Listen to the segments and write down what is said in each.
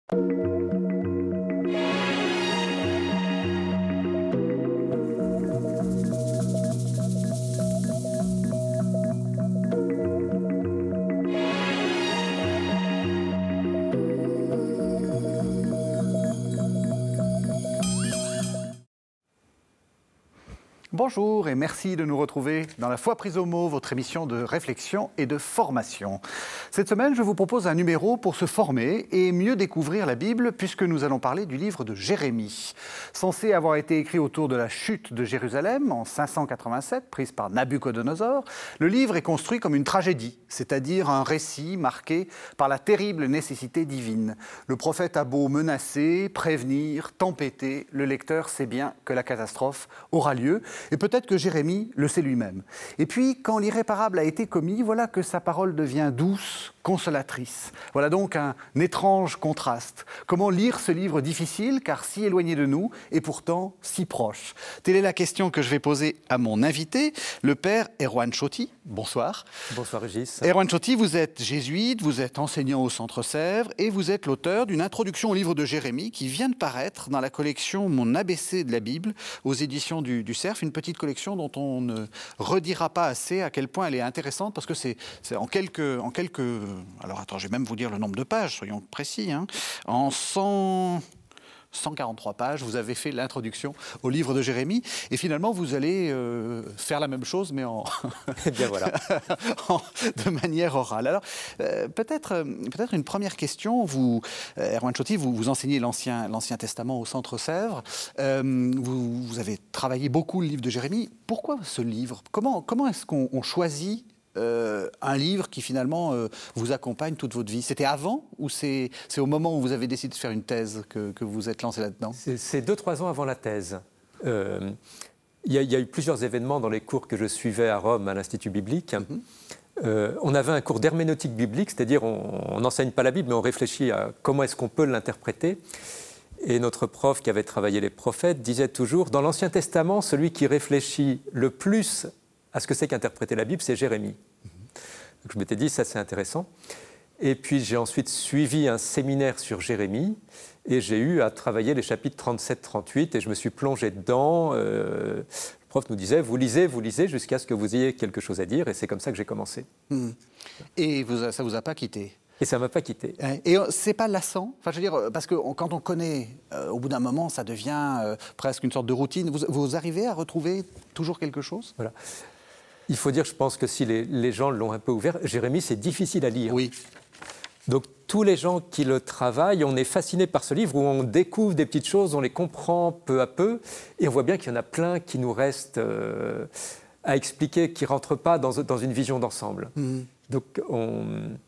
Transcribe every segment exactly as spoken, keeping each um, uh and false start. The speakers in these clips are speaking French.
Bonjour et merci de nous retrouver dans La Foi prise au mot, votre émission de réflexion et de formation. Cette semaine, je vous propose un numéro pour se former et mieux découvrir la Bible, puisque nous allons parler du livre de Jérémie. Censé avoir été écrit autour de la chute de Jérusalem en cinq cent quatre-vingt-sept, prise par Nabuchodonosor, le livre est construit comme une tragédie, c'est-à-dire un récit marqué par la terrible nécessité divine. Le prophète a beau menacer, prévenir, tempêter, le lecteur sait bien que la catastrophe aura lieu. Et peut-être que Jérémie le sait lui-même. Et puis, quand l'irréparable a été commis, voilà que sa parole devient douce, consolatrice. Voilà donc un étrange contraste. Comment lire ce livre difficile, car si éloigné de nous, et pourtant si proche? Telle est la question que je vais poser à mon invité, le père Erwan Choty. Bonsoir. Bonsoir Régis. Erwan Choty, vous êtes jésuite, vous êtes enseignant au Centre Sèvres et vous êtes l'auteur d'une introduction au livre de Jérémie qui vient de paraître dans la collection Mon A B C de la Bible aux éditions du, du Cerf, une petite collection dont on ne redira pas assez à quel point elle est intéressante parce que c'est, c'est en quelques... En quelques alors attends, je vais même vous dire le nombre de pages, soyons précis. Hein. En cent... cent quarante-trois pages, vous avez fait l'introduction au livre de Jérémie et finalement vous allez euh, faire la même chose mais en, eh bien, voilà. en de manière orale. Alors euh, peut-être, peut-être une première question, vous, euh, Erwan Choty, vous, vous enseignez l'Ancien, l'Ancien Testament au Centre Sèvres, euh, vous, vous avez travaillé beaucoup le livre de Jérémie. Pourquoi ce livre? Comment, comment est-ce qu'on on choisit Euh, un livre qui finalement euh, vous accompagne toute votre vie? C'était avant ou c'est, c'est au moment où vous avez décidé de faire une thèse que, que vous vous êtes lancé là-dedans? C'est, c'est deux, trois ans avant la thèse. Euh, il y a, il y a eu plusieurs événements dans les cours que je suivais à Rome, à l'Institut biblique. Mm-hmm. Euh, on avait un cours d'herméneutique biblique, c'est-à-dire on n'enseigne pas la Bible, mais on réfléchit à comment est-ce qu'on peut l'interpréter. Et notre prof qui avait travaillé les prophètes disait toujours, dans l'Ancien Testament, celui qui réfléchit le plus à ce que c'est qu'interpréter la Bible, c'est Jérémie. Donc je m'étais dit, ça c'est intéressant. Et puis j'ai ensuite suivi un séminaire sur Jérémie et j'ai eu à travailler les chapitres trente-sept trente-huit et je me suis plongé dedans. Euh, le prof nous disait, vous lisez, vous lisez jusqu'à ce que vous ayez quelque chose à dire et c'est comme ça que j'ai commencé. Mmh. Et vous, ça ne vous a pas quitté? Et ça ne m'a pas quitté. Et c'est pas lassant? Enfin, je veux dire, parce que quand on connaît, euh, au bout d'un moment, ça devient euh, presque une sorte de routine. Vous, vous arrivez à retrouver toujours quelque chose? Voilà. Il faut dire, je pense que si les, les gens l'ont un peu ouvert, Jérémie, c'est difficile à lire. Oui. Donc, tous les gens qui le travaillent, on est fascinés par ce livre où on découvre des petites choses, on les comprend peu à peu, et on voit bien qu'il y en a plein qui nous restent euh, à expliquer, qui ne rentrent pas dans, dans une vision d'ensemble. Mmh. Donc, on...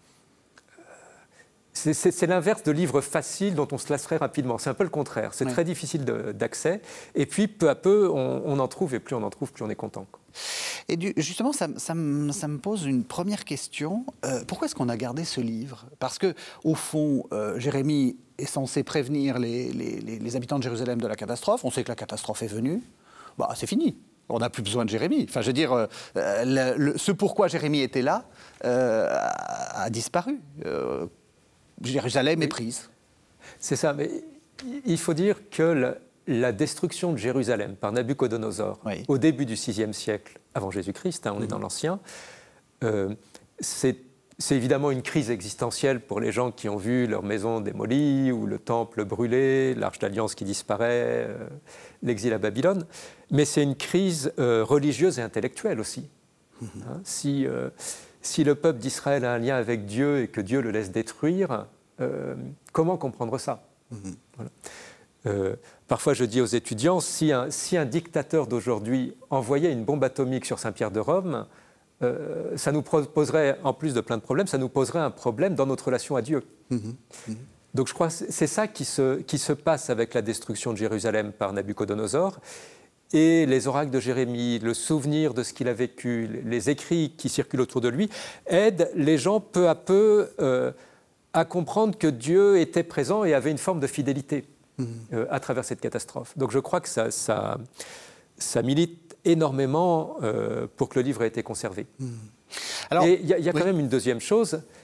C'est, c'est, c'est l'inverse de livres faciles dont on se lasserait rapidement. C'est un peu le contraire. C'est oui. Très difficile de, d'accès. Et puis, peu à peu, on, on en trouve. Et plus on en trouve, plus on est content. Et du, justement, ça, ça, me, ça me pose une première question. Euh, pourquoi est-ce qu'on a gardé ce livre? Parce qu'au fond, euh, Jérémie est censé prévenir les, les, les, les habitants de Jérusalem de la catastrophe. On sait que la catastrophe est venue. Bah, c'est fini. On n'a plus besoin de Jérémie. Enfin, je veux dire, euh, le, le, ce pourquoi Jérémie était là euh, a, a disparu. Euh, Jérusalem est prise. C'est ça, mais il faut dire que la, la destruction de Jérusalem par Nabuchodonosor, oui. Au début du sixième siècle avant Jésus-Christ, hein, on mmh. est dans l'Ancien, euh, c'est, c'est évidemment une crise existentielle pour les gens qui ont vu leur maison démolie, ou le temple brûlé, l'Arche d'Alliance qui disparaît, euh, l'exil à Babylone, mais c'est une crise euh, religieuse et intellectuelle aussi. Mmh. Hein, si... Euh, Si le peuple d'Israël a un lien avec Dieu et que Dieu le laisse détruire, euh, comment comprendre ça? Mmh. Voilà. Euh, parfois, je dis aux étudiants, si un, si un dictateur d'aujourd'hui envoyait une bombe atomique sur Saint-Pierre de Rome, euh, ça nous poserait, en plus de plein de problèmes, ça nous poserait un problème dans notre relation à Dieu. Mmh. Mmh. Donc je crois que c'est ça qui se, qui se passe avec la destruction de Jérusalem par Nabuchodonosor. Et les oracles de Jérémie, le souvenir de ce qu'il a vécu, les écrits qui circulent autour de lui, aident les gens peu à peu euh, à comprendre que Dieu était présent et avait une forme de fidélité mmh. euh, à travers cette catastrophe. Donc je crois que ça, ça, ça milite énormément euh, pour que le livre ait été conservé. Mmh. Alors, et il y, y a quand oui. même une deuxième chose.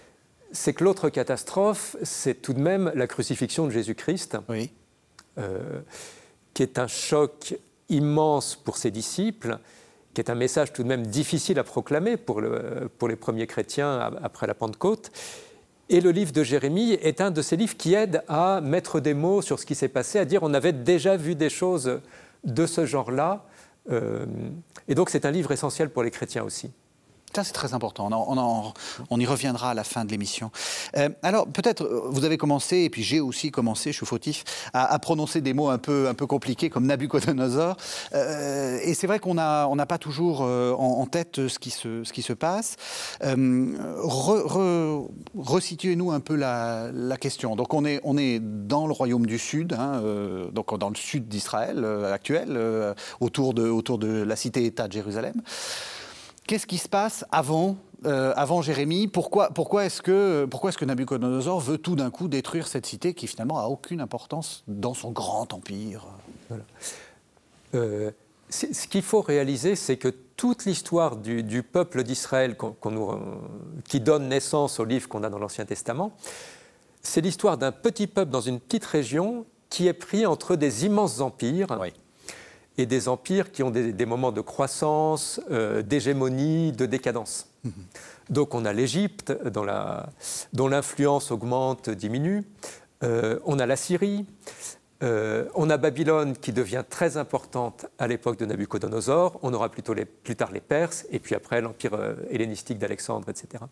c'est que l'autre catastrophe, c'est tout de même la crucifixion de Jésus-Christ, oui. euh, qui est un choc immense pour ses disciples, qui est un message tout de même difficile à proclamer pour, le, pour les premiers chrétiens après la Pentecôte. Et le livre de Jérémie est un de ces livres qui aide à mettre des mots sur ce qui s'est passé, à dire on avait déjà vu des choses de ce genre-là. Euh, et donc c'est un livre essentiel pour les chrétiens aussi. Ça, c'est très important. On, en, on, en, on y reviendra à la fin de l'émission. Euh, alors, peut-être, vous avez commencé, et puis j'ai aussi commencé, je suis fautif, à, à prononcer des mots un peu, un peu compliqués, comme Nabucodonosor. Euh, et c'est vrai qu'on n'a on n'a pas toujours euh, en, en tête ce qui se, ce qui se passe. Euh, re, re, resituez-nous un peu la, la question. Donc, on est, on est dans le royaume du Sud, hein, euh, donc dans le sud d'Israël euh, actuel, euh, autour, de, autour de la cité-État de Jérusalem. Qu'est-ce qui se passe avant, euh, avant Jérémie ? Pourquoi, pourquoi, est-ce que, pourquoi est-ce que Nabucodonosor veut tout d'un coup détruire cette cité qui finalement n'a aucune importance dans son grand empire ? Voilà. Euh, ce qu'il faut réaliser, c'est que toute l'histoire du, du peuple d'Israël qu'on, qu'on nous, qui donne naissance au livre qu'on a dans l'Ancien Testament, c'est l'histoire d'un petit peuple dans une petite région qui est pris entre des immenses empires. Oui. Et des empires qui ont des, des moments de croissance, euh, d'hégémonie, de décadence. Mmh. Donc on a l'Égypte, dont, la, dont l'influence augmente, diminue. Euh, on a la Syrie. Euh, on a Babylone, qui devient très importante à l'époque de Nabucodonosor. On aura plutôt les, plus tard les Perses, et puis après l'empire euh, hellénistique d'Alexandre, et cetera.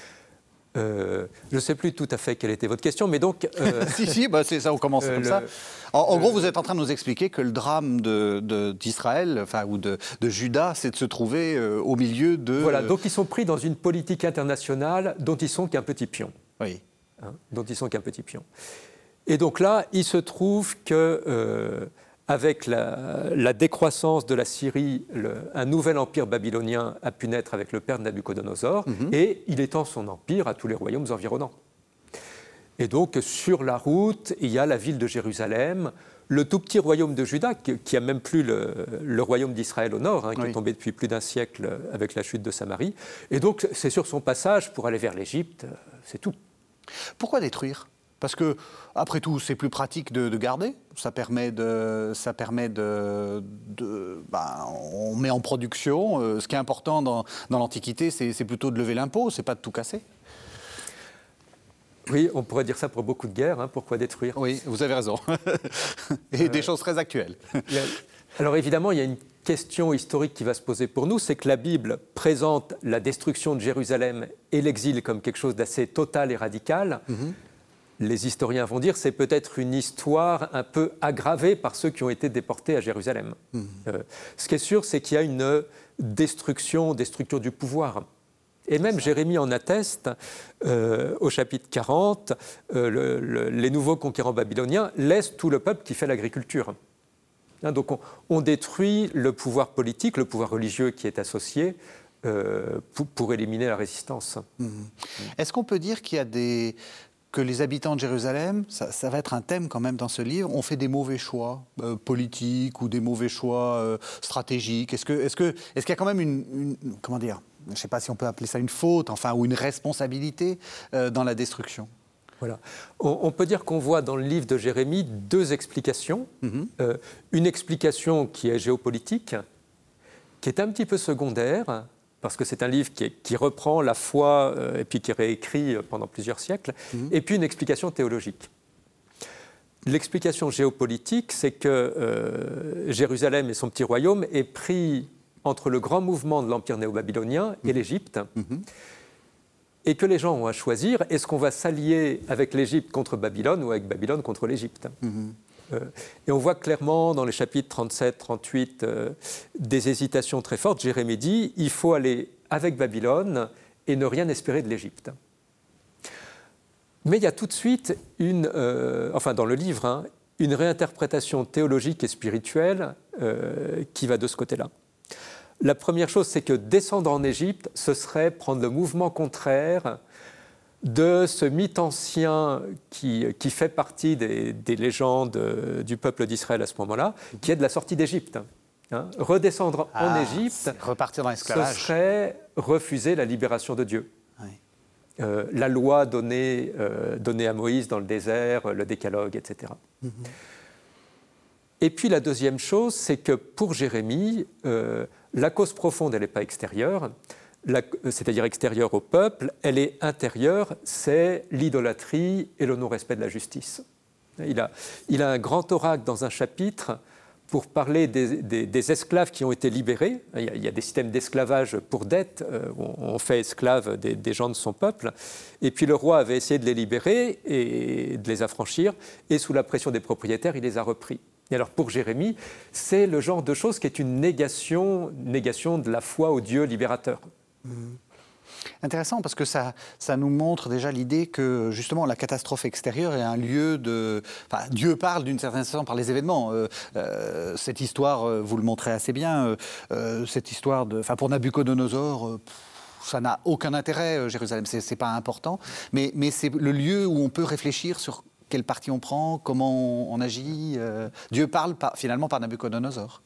Euh, je ne sais plus tout à fait quelle était votre question, mais donc... Euh, si, si, bah c'est ça, on commence euh, comme le, ça. En, en euh, gros, vous êtes en train de nous expliquer que le drame de, de, d'Israël, enfin, ou de, de Juda, c'est de se trouver euh, au milieu de... Voilà, donc ils sont pris dans une politique internationale dont ils sont qu'un petit pion. Oui. Hein, dont ils sont qu'un petit pion. Et donc là, il se trouve que... Euh, avec la, la décroissance de la Syrie, le, un nouvel empire babylonien a pu naître avec le père de Nabucodonosor, mm-hmm. et il étend son empire à tous les royaumes environnants. Et donc, sur la route, il y a la ville de Jérusalem, le tout petit royaume de Juda, qui, qui a même plus le, le royaume d'Israël au nord, hein, qui oui. est tombé depuis plus d'un siècle avec la chute de Samarie. Et donc, c'est sur son passage pour aller vers l'Égypte, c'est tout. Pourquoi détruire ? Parce que, après tout, c'est plus pratique de, de garder. Ça permet de, ça permet de, de ben, on met en production. Euh, ce qui est important dans, dans l'Antiquité, c'est, c'est plutôt de lever l'impôt, c'est pas de tout casser. Oui, on pourrait dire ça pour beaucoup de guerres. Hein, pourquoi détruire ? Oui, vous avez raison. Et euh, des choses très actuelles. A, alors évidemment, il y a une question historique qui va se poser pour nous, c'est que la Bible présente la destruction de Jérusalem et l'exil comme quelque chose d'assez total et radical. Mm-hmm. Les historiens vont dire que c'est peut-être une histoire un peu aggravée par ceux qui ont été déportés à Jérusalem. Mmh. Euh, ce qui est sûr, c'est qu'il y a une destruction des structures du pouvoir. Et même Jérémie en atteste, euh, au chapitre quarante, euh, le, le, les nouveaux conquérants babyloniens laissent tout le peuple qui fait l'agriculture. Hein, donc on, on détruit le pouvoir politique, le pouvoir religieux qui est associé, euh, pour, pour éliminer la résistance. Mmh. Est-ce qu'on peut dire qu'il y a des... que les habitants de Jérusalem, ça, ça va être un thème quand même dans ce livre, ont fait des mauvais choix euh, politiques ou des mauvais choix euh, stratégiques. Est-ce que, est-ce que, est-ce qu'il y a quand même une, une comment dire, je ne sais pas si on peut appeler ça une faute, enfin, ou une responsabilité euh, dans la destruction ? Voilà. On, on peut dire qu'on voit dans le livre de Jérémie deux explications. Mm-hmm. Euh, une explication qui est géopolitique, qui est un petit peu secondaire, parce que c'est un livre qui, est, qui reprend la foi euh, et puis qui est réécrit pendant plusieurs siècles, mmh. et puis une explication théologique. L'explication géopolitique, c'est que euh, Jérusalem et son petit royaume est pris entre le grand mouvement de l'Empire néo-babylonien mmh. et l'Égypte, mmh. et que les gens ont à choisir, est-ce qu'on va s'allier avec l'Égypte contre Babylone ou avec Babylone contre l'Égypte ? mmh. Euh, et on voit clairement dans les chapitres trente-sept trente-huit euh, des hésitations très fortes. Jérémie dit il faut aller avec Babylone et ne rien espérer de l'Égypte. Mais il y a tout de suite, une, euh, enfin dans le livre, hein, une réinterprétation théologique et spirituelle euh, qui va de ce côté-là. La première chose, c'est que descendre en Égypte, ce serait prendre le mouvement contraire de ce mythe ancien qui, qui fait partie des, des légendes du peuple d'Israël à ce moment-là, qui est de la sortie d'Égypte. Hein, redescendre ah, en Égypte, repartir dans l'esclavage, ce serait refuser la libération de Dieu. Oui. euh, la loi donnée, euh, donnée à Moïse dans le désert, le décalogue, et cetera. Mm-hmm. Et puis la deuxième chose, c'est que pour Jérémie, euh, la cause profonde, elle n'est pas extérieure, la, c'est-à-dire extérieure au peuple, elle est intérieure, c'est l'idolâtrie et le non-respect de la justice. Il a, il a un grand oracle dans un chapitre pour parler des, des, des esclaves qui ont été libérés. Il y a, il y a des systèmes d'esclavage pour dette, euh, on, on fait esclaves des, des gens de son peuple, et puis le roi avait essayé de les libérer et de les affranchir, et sous la pression des propriétaires, il les a repris. Et alors pour Jérémie, c'est le genre de chose qui est une négation, négation de la foi au Dieu libérateur. Mmh. Intéressant, parce que ça, ça nous montre déjà l'idée que justement la catastrophe extérieure est un lieu de... Enfin, Dieu parle d'une certaine façon par les événements. Euh, euh, cette histoire, euh, vous le montrez assez bien, euh, euh, cette histoire de... Enfin, pour Nabuchodonosor... Euh, ça n'a aucun intérêt, euh, Jérusalem, c'est, c'est pas important, mais, mais c'est le lieu où on peut réfléchir sur quel parti on prend, comment on, on agit. Euh, Dieu parle par, finalement par Nabuchodonosor.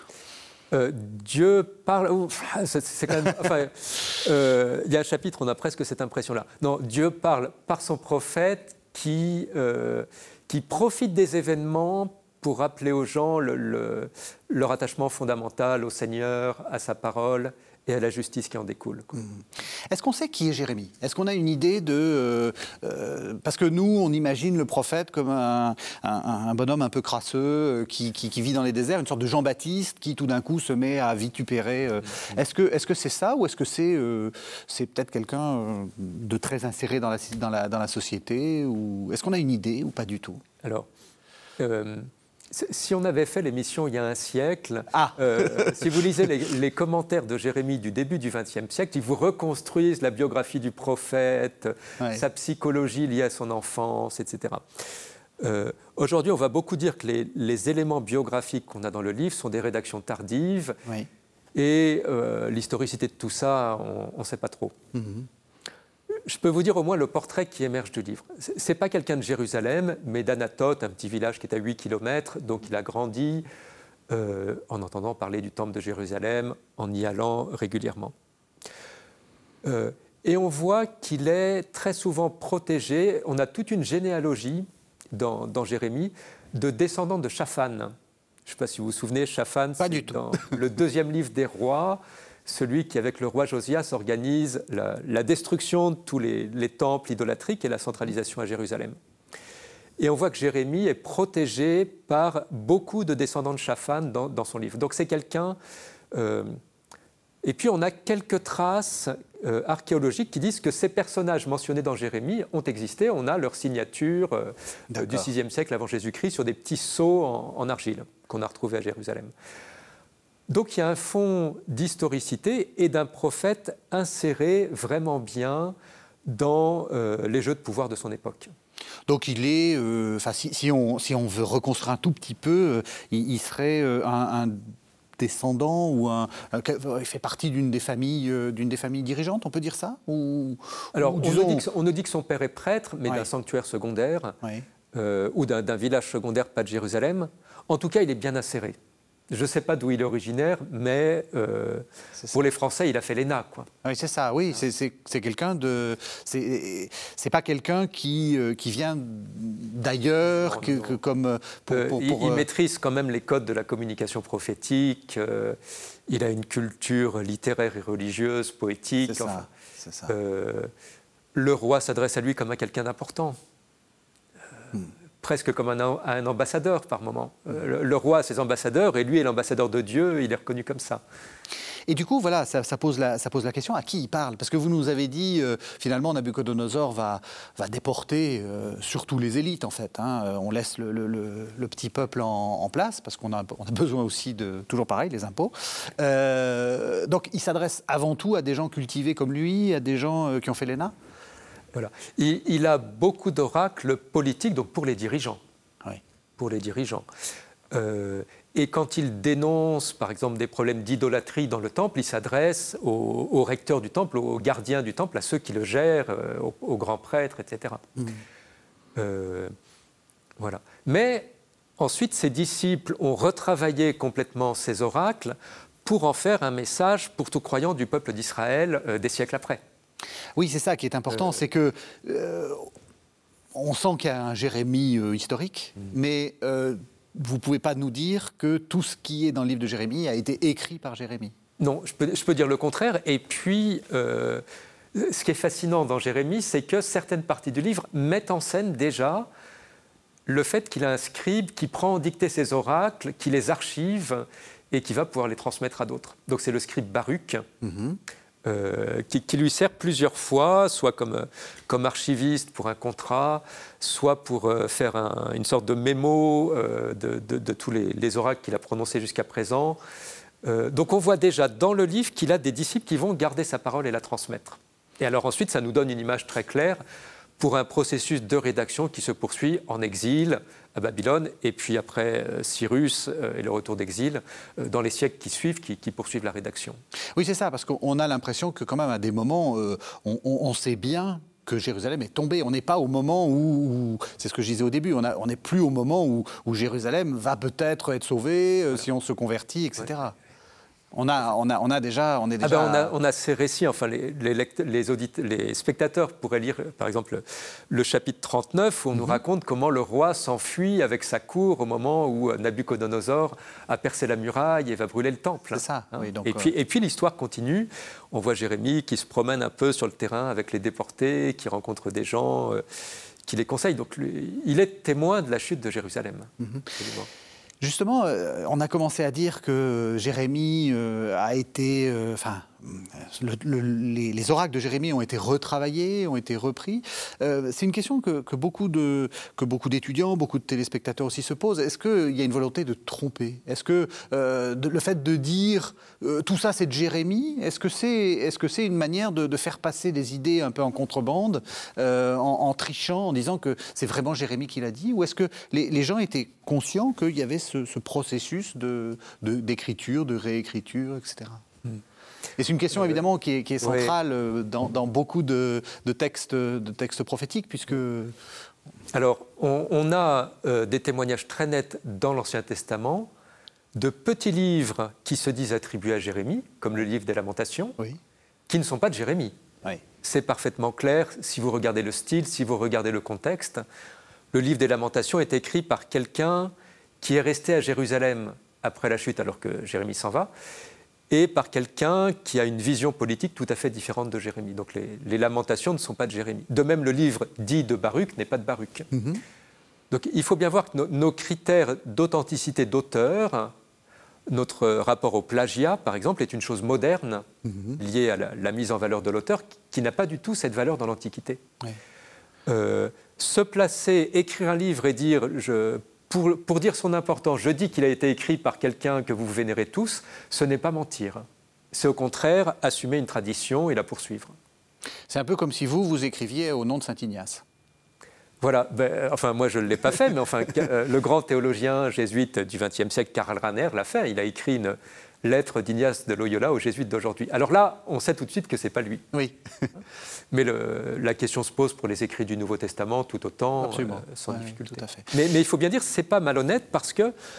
Euh, Dieu parle... Ouf, c'est, c'est quand même, enfin, euh, il y a un chapitre, on a presque cette impression-là. Non, Dieu parle par son prophète qui, euh, qui profite des événements pour rappeler aux gens le, le, leur attachement fondamental au Seigneur, à sa parole et à la justice qui en découle. Quoi. Est-ce qu'on sait qui est Jérémie ? Est-ce qu'on a une idée de... Euh, euh, parce que nous, on imagine le prophète comme un, un, un bonhomme un peu crasseux qui, qui, qui vit dans les déserts, une sorte de Jean-Baptiste qui, tout d'un coup, se met à vitupérer. Euh. Mmh. Est-ce que, est-ce que c'est ça ou est-ce que c'est, euh, c'est peut-être quelqu'un de très inséré dans la, dans la, dans la société ou... Est-ce qu'on a une idée ou pas du tout ? Alors... Euh... Si on avait fait l'émission il y a un siècle, ah. euh, si vous lisez les, les commentaires de Jérémie du début du vingtième siècle, ils vous reconstruisent la biographie du prophète, ouais. sa psychologie liée à son enfance, et cetera. Euh, aujourd'hui, on va beaucoup dire que les, les éléments biographiques qu'on a dans le livre sont des rédactions tardives, oui. et euh, l'historicité de tout ça, on ne sait pas trop. Mm-hmm. Je peux vous dire au moins le portrait qui émerge du livre. Ce n'est pas quelqu'un de Jérusalem, mais d'Anatote, un petit village qui est à huit kilomètres, donc il a grandi euh, en entendant parler du temple de Jérusalem, en y allant régulièrement. Euh, et on voit qu'il est très souvent protégé. On a toute une généalogie dans, dans Jérémie de descendants de Shaphan. Je ne sais pas si vous vous souvenez, Shaphan, pas c'est du tout. Dans le deuxième livre des rois, celui qui, avec le roi Josias, organise la, la destruction de tous les, les temples idolâtriques et la centralisation à Jérusalem. Et on voit que Jérémie est protégé par beaucoup de descendants de Shaphan dans, dans son livre. Donc c'est quelqu'un... Euh, et puis on a quelques traces euh, archéologiques qui disent que ces personnages mentionnés dans Jérémie ont existé. On a leur signature euh, du sixième siècle avant Jésus-Christ sur des petits sceaux en, en argile qu'on a retrouvés à Jérusalem. Donc il y a un fond d'historicité et d'un prophète inséré vraiment bien dans euh, les jeux de pouvoir de son époque. Donc il est, euh, si, si, on, si on veut reconstruire un tout petit peu, euh, il, il serait euh, un, un descendant ou un, un, il fait partie d'une des familles, euh, d'une des familles dirigeantes, on peut dire ça ou, Alors ou, on, disons... nous dit que, on nous dit que son père est prêtre, mais ouais. d'un sanctuaire secondaire ouais. euh, ou d'un, d'un village secondaire pas de Jérusalem. En tout cas, il est bien inséré. Je ne sais pas d'où il est originaire, mais euh, pour les Français, il a fait l'E N A, quoi. Oui, c'est ça, oui. C'est, c'est, c'est quelqu'un de... C'est, c'est pas quelqu'un qui, euh, qui vient d'ailleurs, non, que, non. que comme... Pour, euh, pour, pour, il, il maîtrise quand même les codes de la communication prophétique. Euh, il a une culture littéraire et religieuse, poétique. C'est enfin, ça, c'est ça. Euh, le roi s'adresse à lui comme à quelqu'un d'important. Hmm. Presque comme un, un ambassadeur par moment. Euh, le, le roi a ses ambassadeurs et lui est l'ambassadeur de Dieu, il est reconnu comme ça. Et du coup, voilà, ça, ça, pose la, ça pose la question, à qui il parle ? Parce que vous nous avez dit, euh, finalement, Nabuchodonosor va, va déporter euh, surtout les élites, en fait. Hein. On laisse le, le, le, le petit peuple en, en place, parce qu'on a, on a besoin aussi de, toujours pareil, les impôts. Euh, donc, il s'adresse avant tout à des gens cultivés comme lui, à des gens euh, qui ont fait l'E N A ? Voilà. Il, il a beaucoup d'oracles politiques, donc pour les dirigeants. Oui. Pour les dirigeants. Euh, et quand il dénonce, par exemple, des problèmes d'idolâtrie dans le temple, il s'adresse au, au recteur du temple, aux gardiens du temple, à ceux qui le gèrent, euh, aux, aux grands prêtres, et cetera. Mmh. Euh, voilà. Mais ensuite, ses disciples ont retravaillé complètement ces oracles pour en faire un message pour tout croyant du peuple d'Israël euh, des siècles après. Oui, c'est ça qui est important, euh... c'est que euh, on sent qu'il y a un Jérémie euh, historique, mmh. mais euh, vous ne pouvez pas nous dire que tout ce qui est dans le livre de Jérémie a été écrit par Jérémie. Non, je peux, je peux dire le contraire. Et puis, euh, ce qui est fascinant dans Jérémie, c'est que certaines parties du livre mettent en scène déjà le fait qu'il a un scribe qui prend en dictée ses oracles, qui les archive et qui va pouvoir les transmettre à d'autres. Donc c'est le scribe Baruch, mmh. euh, qui, qui lui sert plusieurs fois, soit comme, comme archiviste pour un contrat, soit pour euh, faire un, une sorte de mémo euh, de, de, de tous les, les oracles qu'il a prononcés jusqu'à présent. Euh, donc on voit déjà dans le livre qu'il a des disciples qui vont garder sa parole et la transmettre. Et alors ensuite, ça nous donne une image très claire pour un processus de rédaction qui se poursuit en exil à Babylone, et puis après euh, Cyrus euh, et le retour d'exil, euh, dans les siècles qui suivent, qui, qui poursuivent la rédaction. Oui, c'est ça, parce qu'on a l'impression que quand même à des moments, euh, on, on, on sait bien que Jérusalem est tombée. On n'est pas au moment où, où c'est ce que je disais au début, on n'est plus au moment où, où Jérusalem va peut-être être sauvée, euh, voilà. si on se convertit, et cetera. Ouais. On a, on, a, on a déjà... On, est déjà... Ah ben on, a, on a ces récits, enfin les, les, les, audit, les spectateurs pourraient lire par exemple le chapitre trente-neuf où on mm-hmm. nous raconte comment le roi s'enfuit avec sa cour au moment où Nabuchodonosor a percé la muraille et va brûler le temple. C'est ça, hein. Oui, donc, et, puis, et puis l'histoire continue, on voit Jérémie qui se promène un peu sur le terrain avec les déportés, qui rencontre des gens, euh, qui les conseille. Donc lui, il est témoin de la chute de Jérusalem. Mm-hmm. Justement, euh, on a commencé à dire que Jérémie euh, a été... Enfin, euh, le, le, les, les oracles de Jérémie ont été retravaillés, ont été repris. Euh, c'est une question que, que beaucoup de, que beaucoup d'étudiants, beaucoup de téléspectateurs aussi se posent. Est-ce qu'il y a une volonté de tromper ? Est-ce que euh, de, le fait de dire euh, tout ça c'est de Jérémie, est-ce que c'est, est-ce que c'est une manière de, de faire passer des idées un peu en contrebande, euh, en, en trichant, en disant que c'est vraiment Jérémie qui l'a dit ? Ou est-ce que les, les gens étaient conscients qu'il y avait ce, ce processus de, de, d'écriture, de réécriture, et cetera. Mm. Et c'est une question évidemment qui est, qui est centrale oui. dans, dans beaucoup de, de, textes, de textes prophétiques, puisque... Alors, on, on a euh, des témoignages très nets dans l'Ancien Testament de petits livres qui se disent attribués à Jérémie, comme le livre des Lamentations, oui. qui ne sont pas de Jérémie. Oui. C'est parfaitement clair si vous regardez le style, si vous regardez le contexte. Le livre des Lamentations est écrit par quelqu'un qui est resté à Jérusalem après la chute, alors que Jérémie s'en va, et par quelqu'un qui a une vision politique tout à fait différente de Jérémie. Donc les, les Lamentations ne sont pas de Jérémie. De même, le livre dit de Baruch n'est pas de Baruch. Mm-hmm. Donc il faut bien voir que no, nos critères d'authenticité d'auteur, notre rapport au plagiat, par exemple, est une chose moderne, mm-hmm. liée à la, la mise en valeur de l'auteur, qui, qui n'a pas du tout cette valeur dans l'Antiquité. Ouais. Euh, se placer, écrire un livre et dire... Je, Pour, pour dire son importance, je dis qu'il a été écrit par quelqu'un que vous vénérez tous, ce n'est pas mentir. C'est au contraire assumer une tradition et la poursuivre. C'est un peu comme si vous, vous écriviez au nom de saint Ignace. Voilà, ben, enfin moi je ne l'ai pas fait, mais enfin euh, le grand théologien jésuite du vingtième siècle, Karl Rahner, l'a fait. Il a écrit une lettre d'Ignace de Loyola aux jésuites d'aujourd'hui. Alors là, on sait tout de suite que ce n'est pas lui. Oui. Mais le, la question se pose pour les écrits du Nouveau Testament tout autant, Absolument. Euh, sans ouais, difficulté. Tout à fait. Mais, mais il faut bien dire que ce n'est pas malhonnête parce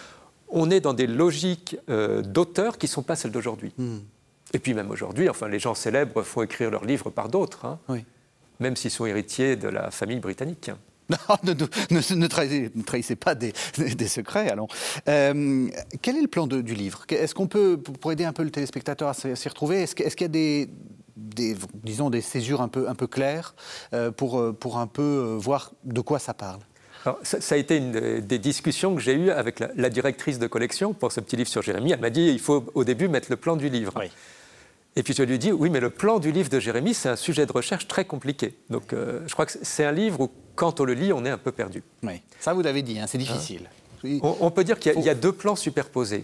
qu'on est dans des logiques euh, d'auteurs qui ne sont pas celles d'aujourd'hui. Mm. Et puis même aujourd'hui, enfin, les gens célèbres font écrire leurs livres par d'autres, hein, oui. même s'ils sont héritiers de la famille britannique. Non, ne, ne, ne, trahissez, ne trahissez pas des, des, des secrets, allons. Euh, quel est le plan de, du livre ? Est-ce qu'on peut, pour aider un peu le téléspectateur à s'y retrouver, est-ce, est-ce qu'il y a des, des, disons, des césures un peu, un peu claires euh, pour, pour un peu voir de quoi ça parle ? Alors, ça, ça a été une des discussions que j'ai eues avec la, la directrice de collection pour ce petit livre sur Jérémie. Elle m'a dit il faut au début mettre le plan du livre. Oui. Et puis je lui ai dit, oui, mais le plan du livre de Jérémie, c'est un sujet de recherche très compliqué. Donc euh, je crois que c'est un livre où, quand on le lit, on est un peu perdu. Oui, ça vous l'avez dit, hein, c'est difficile. Hein on, on peut dire qu'il y a, il y a deux plans superposés.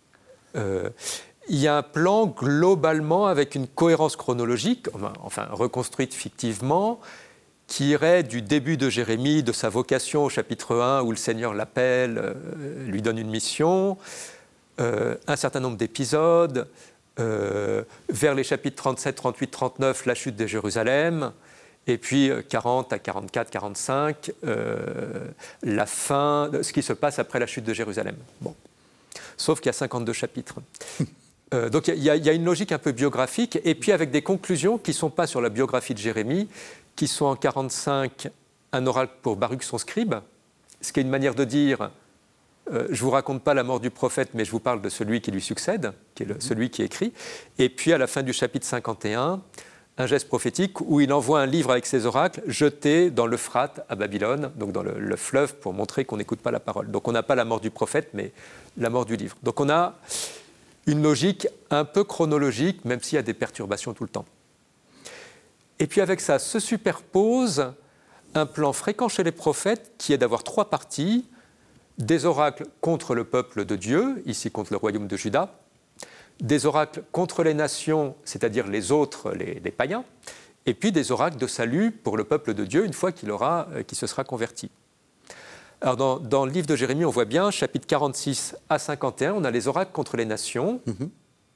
Euh, il y a un plan globalement avec une cohérence chronologique, enfin reconstruite fictivement, qui irait du début de Jérémie, de sa vocation au chapitre un, où le Seigneur l'appelle, euh, lui donne une mission, euh, un certain nombre d'épisodes, Euh, vers les chapitres trente-sept, trente-huit, trente-neuf, la chute de Jérusalem, et puis quarante à quarante-quatre, quarante-cinq, euh, la fin, ce qui se passe après la chute de Jérusalem. Bon. Sauf qu'il y a cinquante-deux chapitres. Euh, donc il y, y a une logique un peu biographique, et puis avec des conclusions qui ne sont pas sur la biographie de Jérémie, qui sont en quarante-cinq, un oracle pour Baruch son scribe, ce qui est une manière de dire euh, je ne vous raconte pas la mort du prophète, mais je vous parle de celui qui lui succède, qui est le, celui qui écrit. Et puis à la fin du chapitre cinquante et un, un geste prophétique où il envoie un livre avec ses oracles jeté dans l'Euphrate à Babylone, donc dans le, le fleuve, pour montrer qu'on n'écoute pas la parole. Donc on n'a pas la mort du prophète, mais la mort du livre. Donc on a une logique un peu chronologique, même s'il y a des perturbations tout le temps. Et puis avec ça se superpose un plan fréquent chez les prophètes qui est d'avoir trois parties, des oracles contre le peuple de Dieu, ici contre le royaume de Juda, des oracles contre les nations, c'est-à-dire les autres, les, les païens, et puis des oracles de salut pour le peuple de Dieu une fois qu'il aura, euh, qu'il se sera converti. Alors dans, dans le livre de Jérémie, on voit bien, chapitre quarante-six à cinquante et un, on a les oracles contre les nations. Mm-hmm.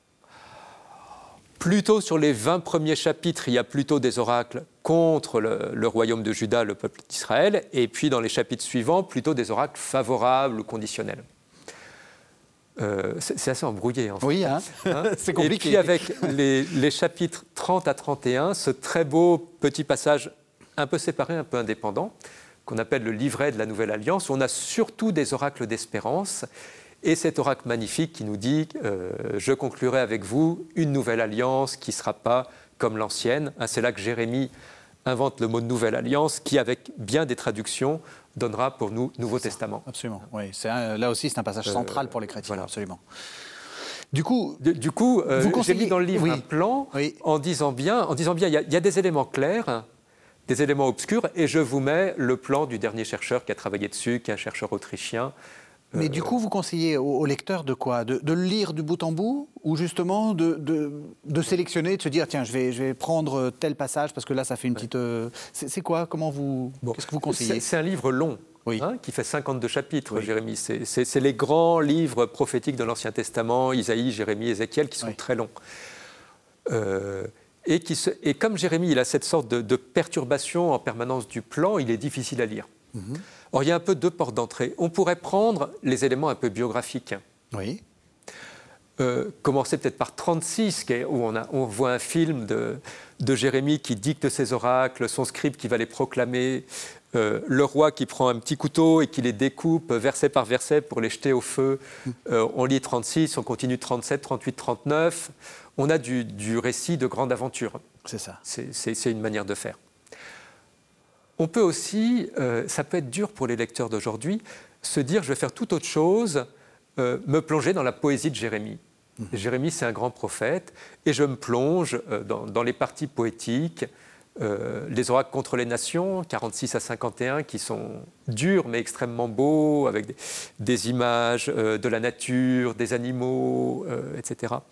Plutôt sur les vingt premiers chapitres, il y a plutôt des oracles contre le, le royaume de Juda, le peuple d'Israël, et puis dans les chapitres suivants, plutôt des oracles favorables ou conditionnels. Euh, c'est, c'est assez embrouillé, en fait. Oui, hein hein c'est compliqué. Et puis avec les, les chapitres trente à trente et un, ce très beau petit passage un peu séparé, un peu indépendant, qu'on appelle le livret de la Nouvelle Alliance, où on a surtout des oracles d'espérance, et cet oracle magnifique qui nous dit euh, « Je conclurai avec vous une nouvelle alliance qui ne sera pas comme l'ancienne ». C'est là que Jérémie invente le mot de nouvelle alliance, qui, avec bien des traductions, donnera pour nous Nouveau Testament. Absolument, oui. C'est un, là aussi, c'est un passage central euh, pour les chrétiens, voilà. Absolument. Du coup, de, du coup euh, j'ai mis dans le livre oui. un plan oui. en disant bien, en disant bien, il y, y a des éléments clairs, des éléments obscurs, et je vous mets le plan du dernier chercheur qui a travaillé dessus, qui est un chercheur autrichien. Mais euh, du coup, vous conseillez au, au lecteur de quoi ? de, de le lire du bout en bout, ou justement de, de, de sélectionner, de se dire tiens, je vais, je vais prendre tel passage parce que là, ça fait une petite. Euh, c'est, c'est quoi ? Comment vous bon, Qu'est-ce que vous conseillez ? c'est, c'est un livre long. Oui. Hein, qui fait cinquante-deux chapitres, oui. Jérémie. C'est, c'est, c'est les grands livres prophétiques de l'Ancien Testament, Isaïe, Jérémie, Ézéchiel, qui sont oui. très longs. Euh, et, qui se, et comme Jérémie, il a cette sorte de, de perturbation en permanence du plan, il est difficile à lire. Mm-hmm. Or, il y a un peu deux portes d'entrée. On pourrait prendre les éléments un peu biographiques. Oui. Euh, commencer peut-être par trente-six, où on, a, on voit un film de, de Jérémie qui dicte ses oracles, son scribe qui va les proclamer, euh, le roi qui prend un petit couteau et qui les découpe verset par verset pour les jeter au feu. Euh, on lit trente-six, on continue trente-sept, trente-huit, trente-neuf. On a du, du récit de grande aventure. C'est ça. C'est, c'est, c'est une manière de faire. On peut aussi, euh, ça peut être dur pour les lecteurs d'aujourd'hui, se dire je vais faire tout autre chose, euh, me plonger dans la poésie de Jérémie. Mmh. Jérémie, c'est un grand prophète, et je me plonge euh, dans, dans les parties poétiques, euh, les oracles contre les nations, quarante-six à cinquante et un, qui sont durs mais extrêmement beaux, avec des, des images euh, de la nature, des animaux, euh, et cetera.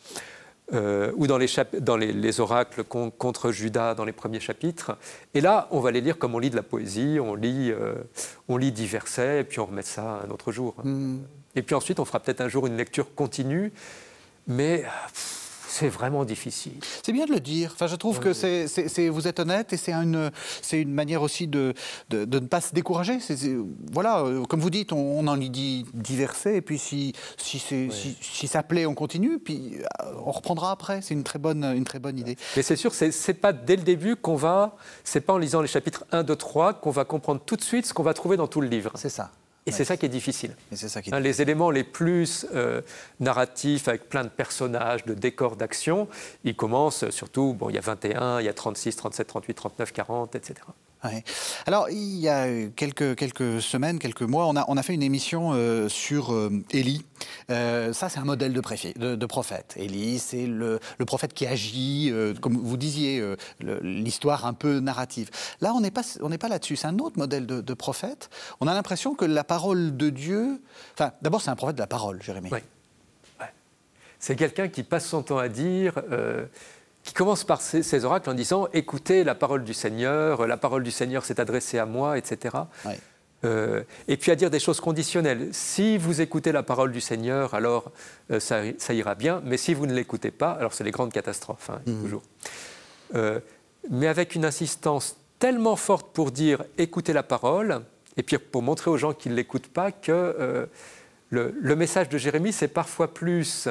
Euh, ou dans, les, chap- dans les, les oracles con- contre Juda dans les premiers chapitres. Et là, on va les lire comme on lit de la poésie, on lit, euh, on lit dix versets, et puis on remet ça un autre jour. Mmh. Et puis ensuite, on fera peut-être un jour une lecture continue, mais pff, c'est vraiment difficile. C'est bien de le dire. Enfin, je trouve oui. que c'est, c'est, c'est, vous êtes honnête, et c'est une, c'est une manière aussi de, de, de ne pas se décourager. C'est, c'est, voilà, comme vous dites, on, on en lit dix versets, et puis si, si, c'est, oui. si, si ça plaît, on continue, puis on reprendra après. C'est une très bonne, une très bonne idée. Mais c'est sûr, c'est, c'est pas dès le début qu'on va, c'est pas en lisant les chapitres un, deux, trois qu'on va comprendre tout de suite ce qu'on va trouver dans tout le livre. C'est ça. Et ouais. c'est ça qui est difficile. Et c'est ça qui est hein, les éléments les plus euh, narratifs, avec plein de personnages, de décors, d'actions, ils commencent surtout, bon, il y a vingt et un, il y a trente-six, trente-sept, trente-huit, trente-neuf, quarante, et cetera. Ouais. Alors, il y a quelques, quelques semaines, quelques mois, on a, on a fait une émission euh, sur euh, Élie. Euh, ça, c'est un modèle de, préfet, de, de prophète. Élie, c'est le, le prophète qui agit, euh, comme vous disiez, euh, le, l'histoire un peu narrative. Là, on n'est pas, on n'est pas là-dessus. C'est un autre modèle de, de prophète. On a l'impression que la parole de Dieu... Enfin, d'abord, c'est un prophète de la parole, Jérémie. Oui. Ouais. C'est quelqu'un qui passe son temps à dire... Euh, qui commence par ces, ces oracles en disant « Écoutez la parole du Seigneur, la parole du Seigneur s'est adressée à moi, et cetera Oui. » euh, Et puis à dire des choses conditionnelles. Si vous écoutez la parole du Seigneur, alors euh, ça, ça ira bien, mais si vous ne l'écoutez pas, alors c'est les grandes catastrophes, hein, mmh. toujours. Euh, mais avec une insistance tellement forte pour dire « Écoutez la parole », et puis pour montrer aux gens qui ne l'écoutent pas que euh, le, le message de Jérémie, c'est parfois plus...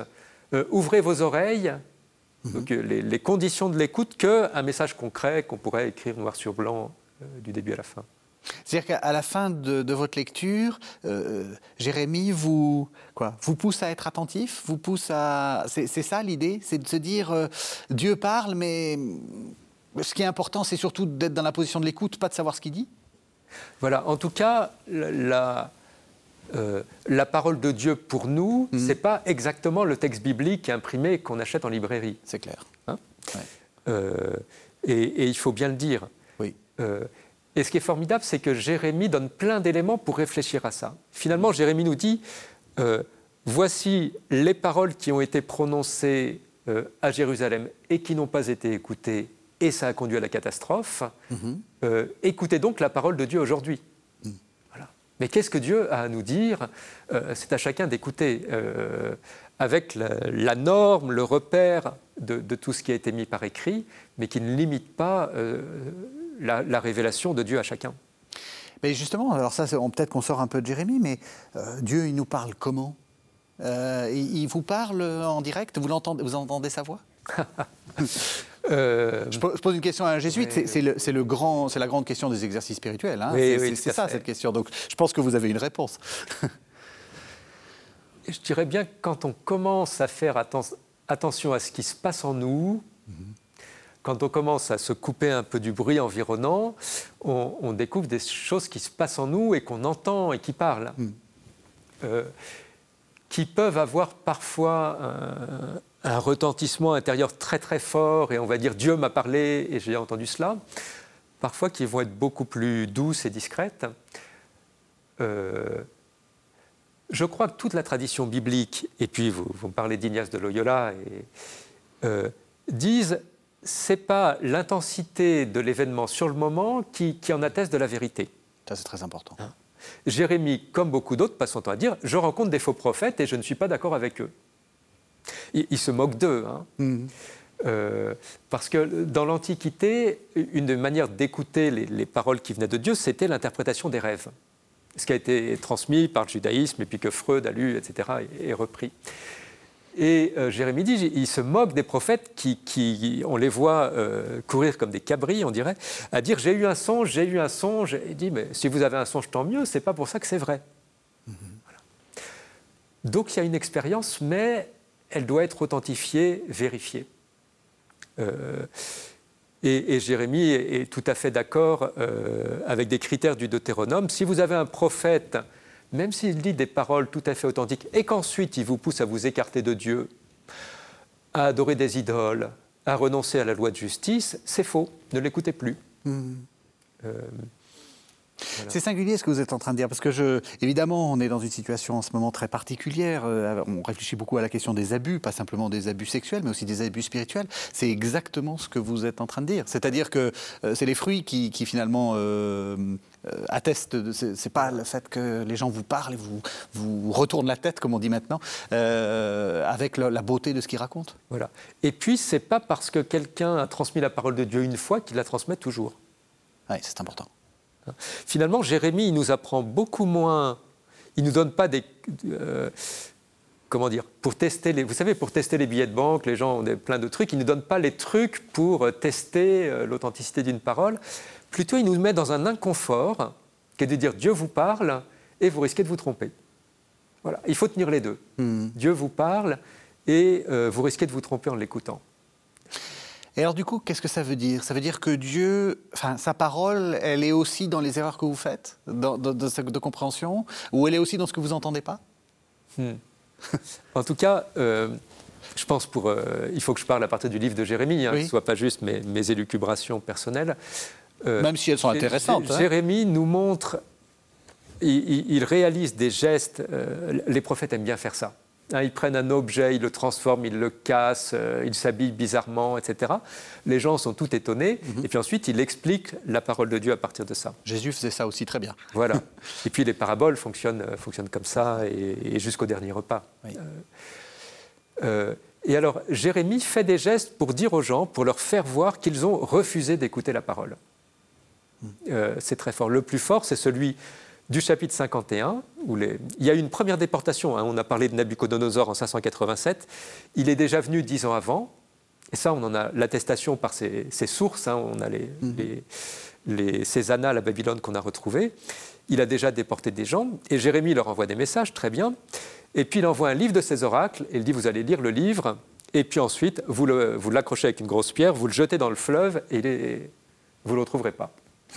euh, ouvrez vos oreilles, mmh. donc, les, les conditions de l'écoute, qu'un message concret qu'on pourrait écrire noir sur blanc euh, du début à la fin. C'est-à-dire qu'à la fin de, de votre lecture, euh, Jérémie vous, quoi, vous pousse à être attentif, vous pousse à... C'est, c'est ça l'idée, c'est de se dire, euh, Dieu parle, mais ce qui est important, c'est surtout d'être dans la position de l'écoute, pas de savoir ce qu'il dit. Voilà, en tout cas, la, la, euh, la parole de Dieu pour nous, mmh. c'est pas exactement le texte biblique imprimé qu'on achète en librairie. C'est clair. Hein ouais. euh, et, et il faut bien le dire. Oui. Euh, Et ce qui est formidable, c'est que Jérémie donne plein d'éléments pour réfléchir à ça. Finalement, Jérémie nous dit, euh, voici les paroles qui ont été prononcées euh, à Jérusalem et qui n'ont pas été écoutées, et ça a conduit à la catastrophe. Mm-hmm. Euh, écoutez donc la parole de Dieu aujourd'hui. Mm. Voilà. Mais qu'est-ce que Dieu a à nous dire ? euh, C'est à chacun d'écouter, euh, avec la, la norme, le repère de, de tout ce qui a été mis par écrit, mais qui ne limite pas... Euh, La, la révélation de Dieu à chacun. Mais justement, alors ça, on, peut-être qu'on sort un peu de Jérémie, mais euh, Dieu, il nous parle comment ? euh, il, il vous parle en direct ? Vous, l'entendez, vous entendez sa voix ? euh, je, pose, je pose une question à un jésuite, oui, c'est, c'est, le, c'est, le grand, c'est la grande question des exercices spirituels. Hein. Oui, c'est oui, c'est, c'est ça, fait. Cette question. Donc, je pense que vous avez une réponse. Je dirais bien que quand on commence à faire atten- attention à ce qui se passe en nous, mm-hmm. quand on commence à se couper un peu du bruit environnant, on, on découvre des choses qui se passent en nous et qu'on entend et qui parlent, mm. euh, qui peuvent avoir parfois un, un retentissement intérieur très très fort, et on va dire « Dieu m'a parlé et j'ai entendu cela », parfois qui vont être beaucoup plus douces et discrètes. Euh, je crois que toute la tradition biblique, et puis vous, vous me parlez d'Ignace de Loyola, et, euh, disent c'est pas l'intensité de l'événement sur le moment qui, qui en atteste de la vérité. Ça, c'est très important. Hein? Jérémie, comme beaucoup d'autres, passe son temps à dire « je rencontre des faux prophètes et je ne suis pas d'accord avec eux ». Il, il se moque d'eux. Hein? Mm-hmm. Euh, parce que dans l'Antiquité, une des manières d'écouter les, les paroles qui venaient de Dieu, c'était l'interprétation des rêves. Ce qui a été transmis par le judaïsme et puis que Freud a lu, et cetera, et, et repris. Et euh, Jérémie dit, il se moque des prophètes qui, qui on les voit euh, courir comme des cabris, on dirait, à dire j'ai eu un songe, j'ai eu un songe. Et il dit, mais si vous avez un songe, tant mieux, c'est pas pour ça que c'est vrai. Mm-hmm. Voilà. Donc il y a une expérience, mais elle doit être authentifiée, vérifiée. Euh, et, et Jérémie est, est tout à fait d'accord euh, avec des critères du Deutéronome. Si vous avez un prophète, même s'il dit des paroles tout à fait authentiques, et qu'ensuite il vous pousse à vous écarter de Dieu, à adorer des idoles, à renoncer à la loi de justice, c'est faux, ne l'écoutez plus. Mmh. Euh, voilà. C'est singulier ce que vous êtes en train de dire, parce que, je, évidemment, on est dans une situation en ce moment très particulière. Euh, on réfléchit beaucoup à la question des abus, pas simplement des abus sexuels, mais aussi des abus spirituels. C'est exactement ce que vous êtes en train de dire. C'est-à-dire que euh, c'est les fruits qui, qui finalement, euh, euh, attestent. De, c'est, c'est pas le fait que les gens vous parlent et vous, vous retournent la tête, comme on dit maintenant, euh, avec le, la beauté de ce qu'ils racontent. Voilà. Et puis, c'est pas parce que quelqu'un a transmis la parole de Dieu une fois qu'il la transmet toujours. Oui, c'est important. Finalement, Jérémie, il nous apprend beaucoup moins. Il ne nous donne pas des... Euh, comment dire pour tester les, vous savez, pour tester les billets de banque, les gens ont des, plein de trucs. Il ne nous donne pas les trucs pour tester euh, l'authenticité d'une parole. Plutôt, il nous met dans un inconfort, qui est de dire Dieu vous parle et vous risquez de vous tromper. Voilà. Il faut tenir les deux. Mmh. Dieu vous parle et euh, vous risquez de vous tromper en l'écoutant. Et alors du coup, qu'est-ce que ça veut dire ? Ça veut dire que Dieu, enfin, sa parole, elle est aussi dans les erreurs que vous faites, dans, dans, de, de compréhension, ou elle est aussi dans ce que vous n'entendez pas ? hmm. En tout cas, euh, je pense pour, euh, il faut que je parle à partir du livre de Jérémie, hein, oui. que ce ne soit pas juste mes, mes élucubrations personnelles. Euh, Même si elles sont intéressantes. J- hein. Jérémie nous montre, il, il réalise des gestes, euh, les prophètes aiment bien faire ça. Hein, ils prennent un objet, ils le transforment, ils le cassent, euh, ils s'habillent bizarrement, et cetera. Les gens sont tout étonnés. Mm-hmm. Et puis ensuite, il explique la parole de Dieu à partir de ça. Jésus faisait ça aussi très bien. Voilà. Et puis les paraboles fonctionnent, euh, fonctionnent comme ça, et, et jusqu'au dernier repas. Oui. Euh, euh, et alors, Jérémie fait des gestes pour dire aux gens, pour leur faire voir qu'ils ont refusé d'écouter la parole. Mm. Euh, c'est très fort. Le plus fort, c'est celui du chapitre cinquante et un, où les... il y a eu une première déportation. Hein, on a parlé de Nabuchodonosor en cinq cent quatre-vingt-sept. Il est déjà venu dix ans avant. Et ça, on en a l'attestation par ses, ses sources. Hein, on a les, mmh. les, les, ces annales à Babylone qu'on a retrouvées. Il a déjà déporté des gens. Et Jérémie leur envoie des messages, très bien. Et puis, il envoie un livre de ses oracles. Et il dit, vous allez lire le livre. Et puis ensuite, vous, le, vous l'accrochez avec une grosse pierre, vous le jetez dans le fleuve et les, vous ne le retrouverez pas.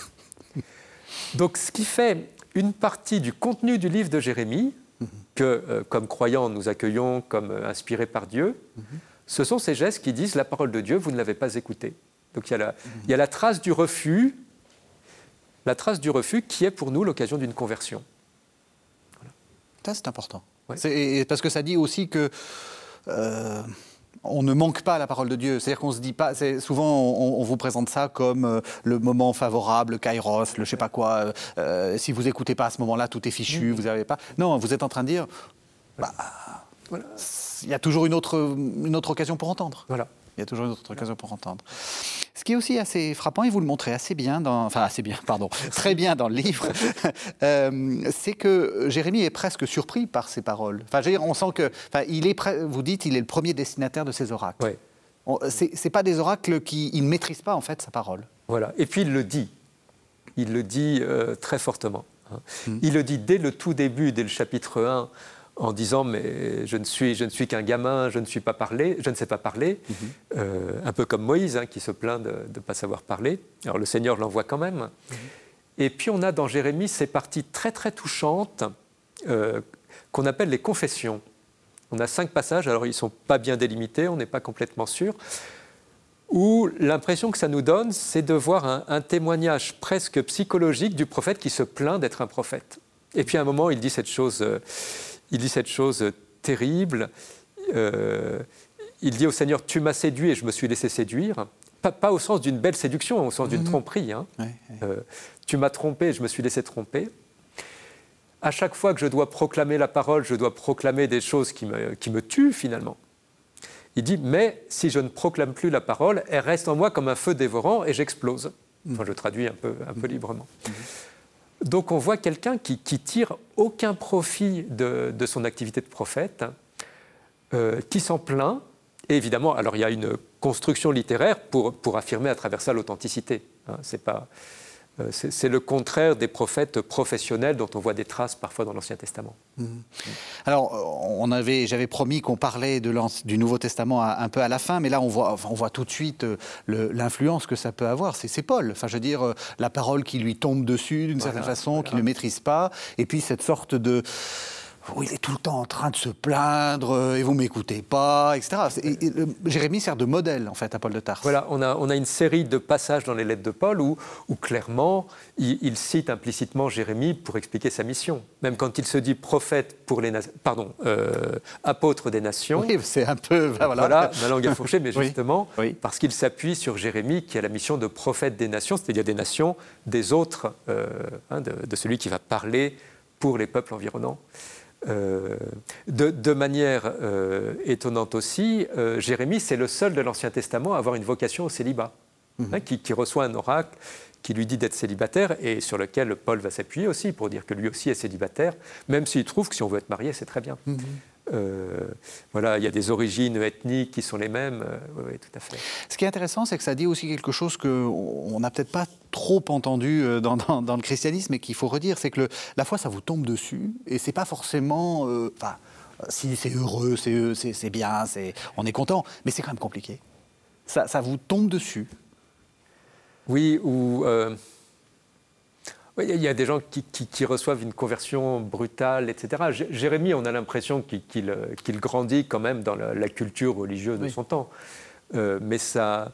Donc, ce qui fait une partie du contenu du livre de Jérémie, mmh. que, euh, comme croyants, nous accueillons comme euh, inspirés par Dieu, mmh. ce sont ces gestes qui disent « la parole de Dieu, vous ne l'avez pas écoutée ». Donc, il y a la, mmh. il y a la trace du refus, la trace du refus qui est pour nous l'occasion d'une conversion. Voilà. Ça, c'est important. Ouais. C'est, parce que ça dit aussi que... Euh... on ne manque pas à la parole de Dieu. C'est-à-dire qu'on se dit pas... C'est, souvent, on, on vous présente ça comme euh, le moment favorable, le kairos, le je sais pas quoi. Euh, si vous n'écoutez pas à ce moment-là, tout est fichu, mmh. vous n'avez pas... Non, vous êtes en train de dire... Bah, voilà. Il y a toujours une autre, une autre occasion pour entendre. Voilà. Il y a toujours une autre occasion pour entendre. Ce qui est aussi assez frappant, et vous le montrez assez bien, dans, enfin assez bien, pardon, très bien dans le livre, euh, c'est que Jérémie est presque surpris par ces paroles. Enfin, je veux dire, on sent que, enfin, il est, prêt, vous dites, il est le premier destinataire de ces oracles. Ouais. On, c'est, c'est pas des oracles qui, il ne maîtrise pas en fait sa parole. Voilà. Et puis il le dit, il le dit euh, très fortement. Hein. Mmh. Il le dit dès le tout début, dès le chapitre un. En disant mais je ne suis je ne suis qu'un gamin, je ne suis pas parlé, je ne sais pas parler, mmh. euh, un peu comme Moïse hein, qui se plaint de ne pas savoir parler. Alors le Seigneur l'envoie quand même. Mmh. Et puis on a dans Jérémie ces parties très très touchantes euh, qu'on appelle les confessions. On a cinq passages, alors ils ne sont pas bien délimités, on n'est pas complètement sûr, où l'impression que ça nous donne, c'est de voir un, un témoignage presque psychologique du prophète qui se plaint d'être un prophète. Et puis à un moment il dit cette chose. Euh, Il dit cette chose terrible. Euh, il dit au Seigneur, tu m'as séduit et je me suis laissé séduire. Pas, pas au sens d'une belle séduction, au sens d'une mmh. tromperie. Hein. Ouais, ouais. Euh, tu m'as trompé et je me suis laissé tromper. À chaque fois que je dois proclamer la parole, je dois proclamer des choses qui me, qui me tuent finalement. Il dit, mais si je ne proclame plus la parole, elle reste en moi comme un feu dévorant et j'explose. Mmh. Enfin, je traduis un peu, un peu mmh. librement. Mmh. Donc on voit quelqu'un qui, qui tire aucun profit de, de son activité de prophète, euh, qui s'en plaint. Et évidemment, alors il y a une construction littéraire pour, pour affirmer à travers ça l'authenticité. Hein, c'est, pas, euh, c'est, c'est le contraire des prophètes professionnels dont on voit des traces parfois dans l'Ancien Testament. Mmh. Alors, on avait, j'avais promis qu'on parlait de du Nouveau Testament un peu à la fin, mais là, on voit, on voit tout de suite le, l'influence que ça peut avoir. C'est, c'est Paul. Enfin, je veux dire, la parole qui lui tombe dessus d'une voilà, certaine façon, voilà. qu'il ne maîtrise pas, et puis cette sorte de... où il est tout le temps en train de se plaindre, et vous ne m'écoutez pas, et cetera. Et, et, Jérémie sert de modèle, en fait, à Paul de Tarse. Voilà, on a, on a une série de passages dans les lettres de Paul où, où clairement, il, il cite implicitement Jérémie pour expliquer sa mission. Même quand il se dit prophète pour les nations, pardon, euh, apôtre des nations. Oui, c'est un peu... Voilà, voilà ma langue est fourchée, mais justement, oui, oui. parce qu'il s'appuie sur Jérémie qui a la mission de prophète des nations, c'est-à-dire des nations, des autres, euh, hein, de, de celui qui va parler pour les peuples environnants. Euh, de, de manière euh, étonnante aussi, euh, Jérémie, c'est le seul de l'Ancien Testament à avoir une vocation au célibat, mmh. hein, qui, qui reçoit un oracle qui lui dit d'être célibataire et sur lequel Paul va s'appuyer aussi pour dire que lui aussi est célibataire, même s'il trouve que si on veut être marié, c'est très bien. Mmh. Euh, voilà, il y a des origines ethniques qui sont les mêmes. Euh, oui, oui, tout à fait. Ce qui est intéressant, c'est que ça dit aussi quelque chose qu'on n'a peut-être pas trop entendu dans, dans, dans le christianisme et qu'il faut redire, c'est que le, la foi, ça vous tombe dessus et c'est pas forcément... Euh, si c'est heureux, c'est, c'est, c'est bien, c'est, on est content, mais c'est quand même compliqué. Ça, ça vous tombe dessus. Oui, ou... Euh... Il y a des gens qui, qui, qui reçoivent une conversion brutale, et cetera. Jérémie, on a l'impression qu'il, qu'il, qu'il grandit quand même dans la, la culture religieuse de oui. son temps. Euh, mais sa,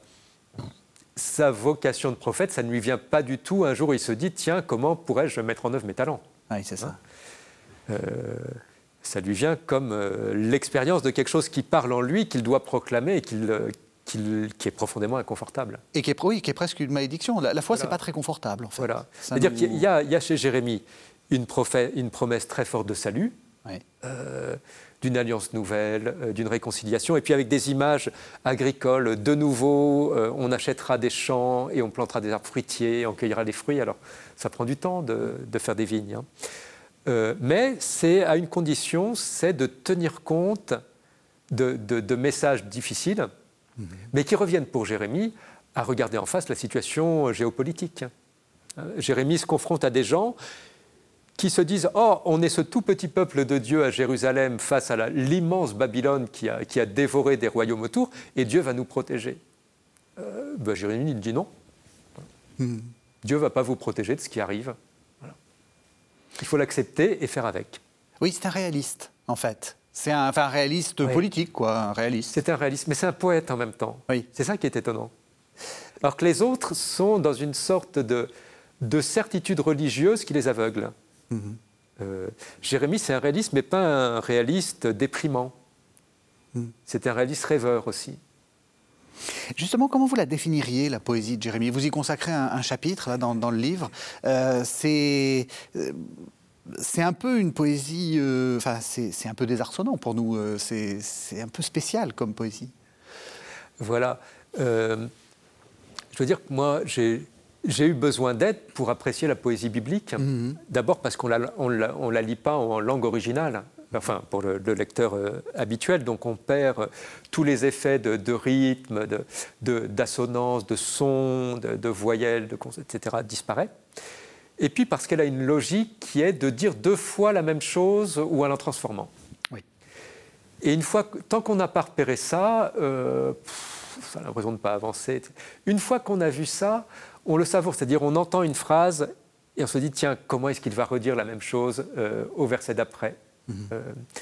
sa vocation de prophète, ça ne lui vient pas du tout. Un jour, il se dit, tiens, comment pourrais-je mettre en œuvre mes talents ? Oui, c'est ça. Hein euh, ça lui vient comme euh, l'expérience de quelque chose qui parle en lui, qu'il doit proclamer et qu'il... Euh, Qui, qui est profondément inconfortable. Et qui est, oui, qui est presque une malédiction. La, la foi, voilà. c'est pas très confortable, en fait. Voilà. Ça C'est-à-dire nous... qu'il y a, il y a chez Jérémie une, prophète, une promesse très forte de salut, Oui. Euh, d'une alliance nouvelle, euh, d'une réconciliation, et puis avec des images agricoles. De nouveau, euh, on achètera des champs et on plantera des arbres fruitiers, on cueillera des fruits. Alors, ça prend du temps de, de faire des vignes. Hein. Euh, mais c'est à une condition, c'est de tenir compte de, de, de messages difficiles, mmh. mais qui reviennent pour Jérémie à regarder en face la situation géopolitique. Jérémie se confronte à des gens qui se disent « Oh, on est ce tout petit peuple de Dieu à Jérusalem face à la, l'immense Babylone qui a, qui a dévoré des royaumes autour, et Dieu va nous protéger. Euh, » ben Jérémie dit non. Mmh. Dieu ne va pas vous protéger de ce qui arrive. Voilà. Il faut l'accepter et faire avec. Oui, c'est un réaliste, en fait. C'est un, enfin, un réaliste oui. politique, quoi, un réaliste. C'est un réaliste, mais c'est un poète en même temps. Oui. C'est ça qui est étonnant. Alors que les autres sont dans une sorte de, de certitude religieuse qui les aveugle. Mmh. Euh, Jérémie, c'est un réaliste, mais pas un réaliste déprimant. Mmh. C'est un réaliste rêveur aussi. Justement, comment vous la définiriez, la poésie de Jérémie ? Vous y consacrez un, un chapitre là, dans, dans le livre. Euh, c'est... Euh, C'est un peu une poésie, enfin euh, c'est, c'est un peu désarçonnant pour nous, euh, c'est, c'est un peu spécial comme poésie. Voilà. Euh, je veux dire que moi, j'ai, j'ai eu besoin d'aide pour apprécier la poésie biblique. Mm-hmm. D'abord parce qu'on la, on la, on la lit pas en langue originale, enfin pour le, le lecteur euh, habituel, donc on perd euh, tous les effets de, de rythme, de, de, d'assonance, de son, de, de voyelles, de, et cetera disparaît. Et puis parce qu'elle a une logique qui est de dire deux fois la même chose ou en la transformant. Oui. Et une fois, tant qu'on n'a pas repéré ça, euh, pff, ça a l'impression de ne pas avancer. Une fois qu'on a vu ça, on le savoure, c'est-à-dire on entend une phrase et on se dit tiens, comment est-ce qu'il va redire la même chose euh, au verset d'après. Mm-hmm. euh,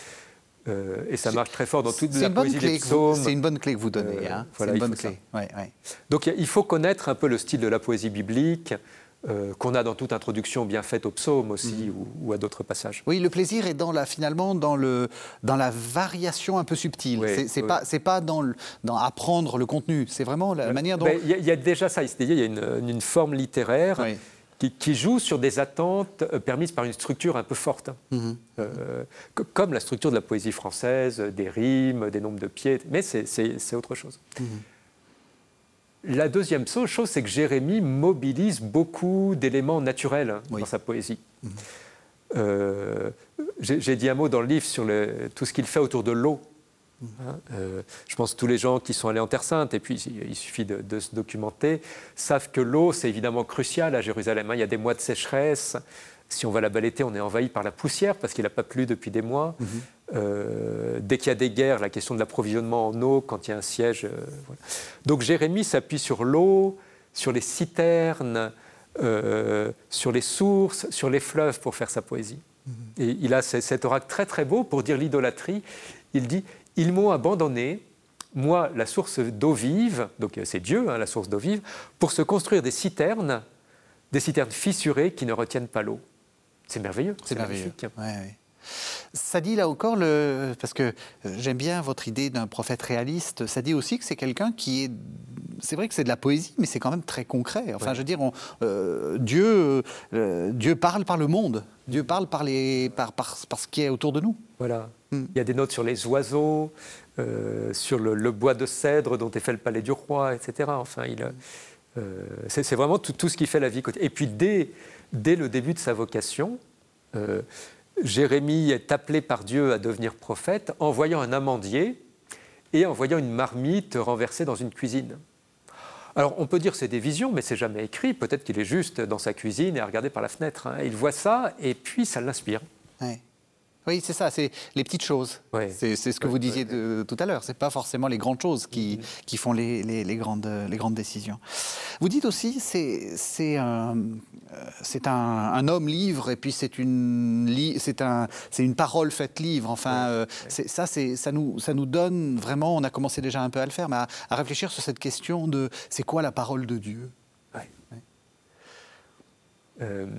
euh, et ça marche très fort dans toute la poésie des psaumes. C'est une bonne clé que vous donnez. Euh, hein. Voilà, c'est une bonne clé. Ouais, ouais. Donc il faut connaître un peu le style de la poésie biblique. Euh, qu'on a dans toute introduction bien faite au psaume aussi, mmh. ou, ou à d'autres passages. Oui, le plaisir est dans la, finalement dans, le, dans la variation un peu subtile. Oui, c'est, c'est oui. pas, c'est pas dans, le, dans apprendre le contenu, c'est vraiment la ouais. manière dont... Il ben, y, y a déjà ça, c'est-à-dire il y a une, une forme littéraire oui. qui, qui joue sur des attentes euh, permises par une structure un peu forte, mmh. euh, que, comme la structure de la poésie française, des rimes, des nombres de pieds, mais c'est, c'est, c'est autre chose. Mmh. La deuxième chose, c'est que Jérémie mobilise beaucoup d'éléments naturels oui. dans sa poésie. Mmh. Euh, j'ai, j'ai dit un mot dans le livre sur le, tout ce qu'il fait autour de l'eau. Mmh. Hein, euh, je pense que tous les gens qui sont allés en Terre Sainte, et puis il suffit de, de se documenter, savent que l'eau, c'est évidemment crucial à Jérusalem. Hein. Il y a des mois de sécheresse. Si on va là-bas l'été, on est envahi par la poussière parce qu'il n'a pas plu depuis des mois. Mmh. Euh, dès qu'il y a des guerres, la question de l'approvisionnement en eau, quand il y a un siège. Euh, voilà. Donc Jérémie s'appuie sur l'eau, sur les citernes, euh, sur les sources, sur les fleuves pour faire sa poésie. Mmh. Et il a cet oracle très très beau pour dire l'idolâtrie. Il dit « Ils m'ont abandonné, moi, la source d'eau vive, donc c'est Dieu, hein, la source d'eau vive, pour se construire des citernes, des citernes fissurées qui ne retiennent pas l'eau. » C'est merveilleux, c'est, c'est merveilleux. Magnifique. Ouais, ouais. Ça dit là encore, le, parce que j'aime bien votre idée d'un prophète réaliste, ça dit aussi que c'est quelqu'un qui est... C'est vrai que c'est de la poésie, mais c'est quand même très concret. Enfin, ouais. je veux dire, on, euh, Dieu, euh, Dieu parle par le monde. Dieu parle par, les, par, par, par ce qui est autour de nous. Voilà. Mm. Il y a des notes sur les oiseaux, euh, sur le, le bois de cèdre dont est fait le palais du roi, et cetera. Enfin, il, euh, c'est, c'est vraiment tout, tout ce qui fait la vie. Et puis, dès, dès le début de sa vocation... Euh, Jérémie est appelé par Dieu à devenir prophète en voyant un amandier et en voyant une marmite renversée dans une cuisine. Alors on peut dire que c'est des visions, mais c'est jamais écrit. Peut-être qu'il est juste dans sa cuisine et à regarder par la fenêtre. Hein. Il voit ça et puis ça l'inspire. Ouais. Oui, c'est ça, c'est les petites choses. Ouais. C'est, c'est ce que ouais, vous disiez ouais, de, tout à l'heure. Ce n'est pas forcément les grandes choses qui, mm-hmm. qui font les, les, les, grandes, les grandes décisions. Vous dites aussi c'est c'est un, c'est un, un homme livre et puis c'est une, li, c'est un, c'est une parole faite livre. Enfin, ouais, euh, ouais. C'est, ça, c'est, ça, nous, ça nous donne vraiment, on a commencé déjà un peu à le faire, mais à, à réfléchir sur cette question de c'est quoi la parole de Dieu. Ouais. Ouais. Euh...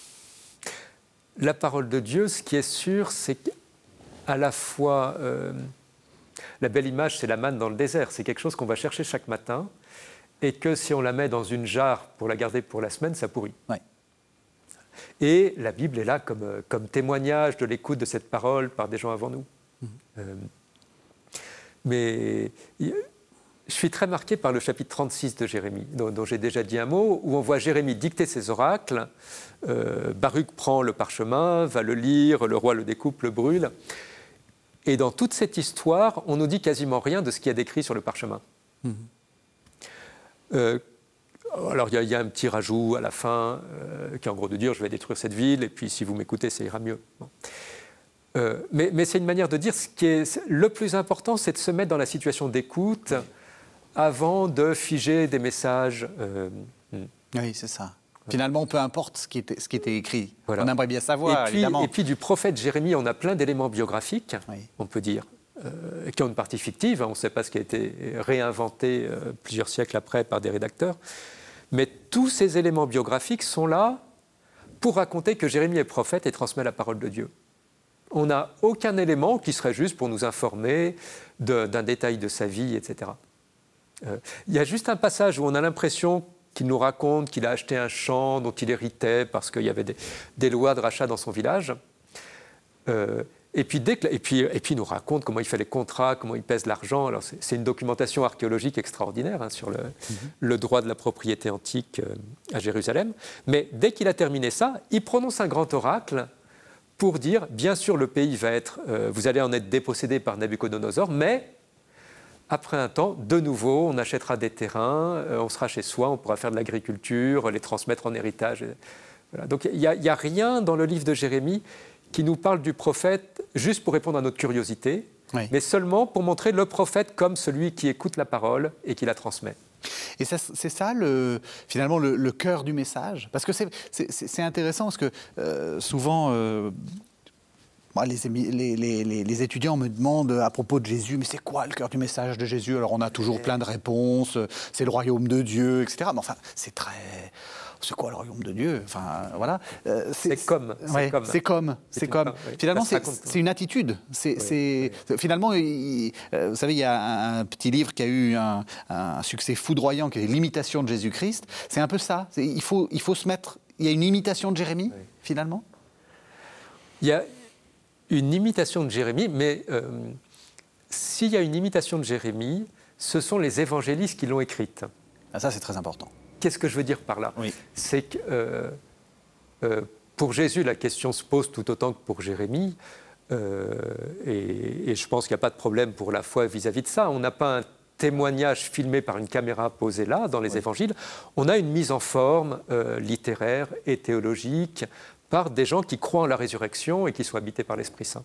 La parole de Dieu, ce qui est sûr, c'est qu'à la fois, euh, la belle image, c'est la manne dans le désert. C'est quelque chose qu'on va chercher chaque matin et que si on la met dans une jarre pour la garder pour la semaine, ça pourrit. Ouais. Et la Bible est là comme, comme témoignage de l'écoute de cette parole par des gens avant nous. Mmh. Euh, mais je suis très marqué par le chapitre trente-six de Jérémie, dont, dont j'ai déjà dit un mot, où on voit Jérémie dicter ses oracles. Euh, Baruch prend le parchemin, va le lire, le roi le découpe, le brûle. Et dans toute cette histoire, on nous dit quasiment rien de ce qu'il y a décrit sur le parchemin. Mmh. Euh, alors il y, y a un petit rajout à la fin, euh, qui est en gros de dire je vais détruire cette ville, et puis si vous m'écoutez, ça ira mieux. Bon. Euh, mais, mais c'est une manière de dire ce qui est le plus important, c'est de se mettre dans la situation d'écoute avant de figer des messages. Euh, oui, c'est ça. Finalement, peu importe ce qui était, ce qui était écrit. Voilà. On aimerait bien savoir, et puis, évidemment. Et puis du prophète Jérémie, on a plein d'éléments biographiques, oui. on peut dire, euh, qui ont une partie fictive. On ne sait pas ce qui a été réinventé euh, plusieurs siècles après par des rédacteurs. Mais tous ces éléments biographiques sont là pour raconter que Jérémie est prophète et transmet la parole de Dieu. On n'a aucun élément qui serait juste pour nous informer de, d'un détail de sa vie, et cetera. Euh, il y a juste un passage où on a l'impression qu'il nous raconte qu'il a acheté un champ dont il héritait parce qu'il y avait des, des lois de rachat dans son village. Euh, et, puis dès que, et, puis, et puis il nous raconte comment il fait les contrats, comment il pèse l'argent. Alors c'est, c'est une documentation archéologique extraordinaire hein, sur le, mm-hmm. le droit de la propriété antique euh, à Jérusalem. Mais dès qu'il a terminé ça, il prononce un grand oracle pour dire, bien sûr, le pays va être, euh, vous allez en être dépossédé par Nabuchodonosor, mais après un temps, de nouveau, on achètera des terrains, euh, on sera chez soi, on pourra faire de l'agriculture, les transmettre en héritage. Voilà. Donc il n'y a, a rien dans le livre de Jérémie qui nous parle du prophète juste pour répondre à notre curiosité, oui. mais seulement pour montrer le prophète comme celui qui écoute la parole et qui la transmet. Et ça, c'est ça, le, finalement, le, le cœur du message. Parce que c'est, c'est, c'est intéressant, parce que euh, souvent, euh, moi, les, les, les, les étudiants me demandent à propos de Jésus, mais c'est quoi le cœur du message de Jésus ? Alors, on a toujours plein de réponses, c'est le royaume de Dieu, et cetera. Mais enfin, c'est très... C'est quoi le royaume de Dieu ? Enfin, voilà. Euh, c'est, c'est comme. C'est ouais, comme. C'est comme. C'est, c'est comme. Oui. Finalement, c'est, c'est une attitude. C'est, oui, c'est, oui. Finalement, il, euh, vous savez, il y a un, un petit livre qui a eu un, un succès foudroyant, qui est l'imitation de Jésus-Christ. C'est un peu ça. C'est, il, faut, il faut se mettre... Il y a une imitation de Jérémie, oui. finalement ? Il y a une imitation de Jérémie, mais euh, s'il y a une imitation de Jérémie, ce sont les évangélistes qui l'ont écrite. Ah, ça, c'est très important. Qu'est-ce que je veux dire par là ? Oui. C'est que euh, euh, pour Jésus, la question se pose tout autant que pour Jérémie, euh, et, et je pense qu'il n'y a pas de problème pour la foi vis-à-vis de ça. On n'a pas un témoignage filmé par une caméra posée là, dans les oui. évangiles. On a une mise en forme euh, littéraire et théologique par des gens qui croient en la résurrection et qui sont habités par l'Esprit Saint.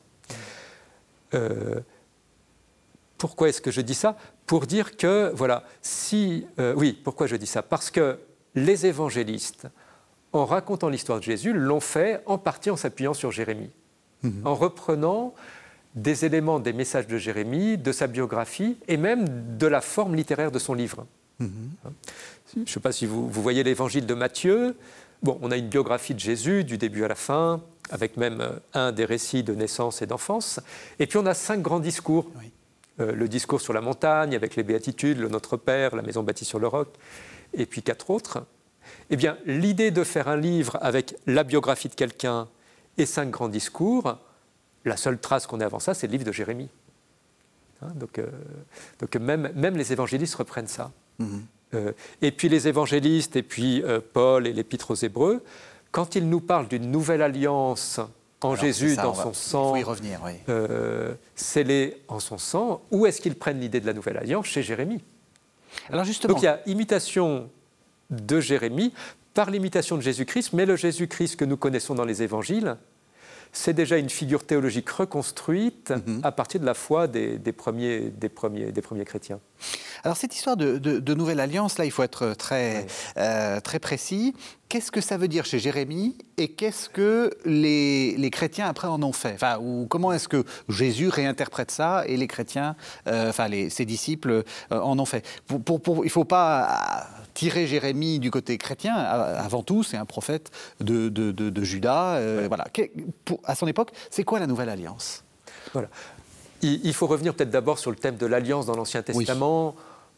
Euh, Pourquoi est-ce que je dis ça ? Pour dire que, voilà, si... Euh, oui, pourquoi je dis ça ? Parce que les évangélistes, en racontant l'histoire de Jésus, l'ont fait en partie en s'appuyant sur Jérémie, mmh. en reprenant des éléments des messages de Jérémie, de sa biographie, et même de la forme littéraire de son livre. Mmh. Je ne sais pas si vous, vous voyez l'évangile de Matthieu. Bon, on a une biographie de Jésus, du début à la fin, avec même un des récits de naissance et d'enfance. Et puis on a cinq grands discours. Oui. Euh, le discours sur la montagne, avec les béatitudes, le Notre Père, la maison bâtie sur le roc, et puis quatre autres. Eh bien, l'idée de faire un livre avec la biographie de quelqu'un et cinq grands discours, la seule trace qu'on ait avant ça, c'est le livre de Jérémie. Hein, donc, euh, donc même, même les évangélistes reprennent ça. Mm-hmm. Euh, et puis les évangélistes, et puis euh, Paul et l'Épître aux Hébreux, quand ils nous parlent d'une nouvelle alliance en Alors, Jésus, ça, dans son va, sang, il faut y revenir, oui. euh, scellé en son sang, où est-ce qu'ils prennent l'idée de la nouvelle alliance ? Chez Jérémie. Alors justement... Donc il y a imitation de Jérémie par l'imitation de Jésus-Christ, mais le Jésus-Christ que nous connaissons dans les évangiles, c'est déjà une figure théologique reconstruite mm-hmm. à partir de la foi des, des, premiers, des, premiers, des premiers chrétiens. Alors cette histoire de, de, de nouvelle alliance, là, il faut être très, oui. euh, très précis. Qu'est-ce que ça veut dire chez Jérémie et qu'est-ce que les, les chrétiens après en ont fait ? Enfin, ou comment est-ce que Jésus réinterprète ça et les chrétiens, euh, enfin les, ses disciples euh, en ont fait ? pour, pour, pour, Il ne faut pas tirer Jérémie du côté chrétien. Avant tout, c'est un prophète de, de, de, de Juda. Euh, oui. Voilà. Pour, à son époque, c'est quoi la nouvelle alliance ? Voilà. Il, il faut revenir peut-être d'abord sur le thème de l'alliance dans l'Ancien Testament. Oui.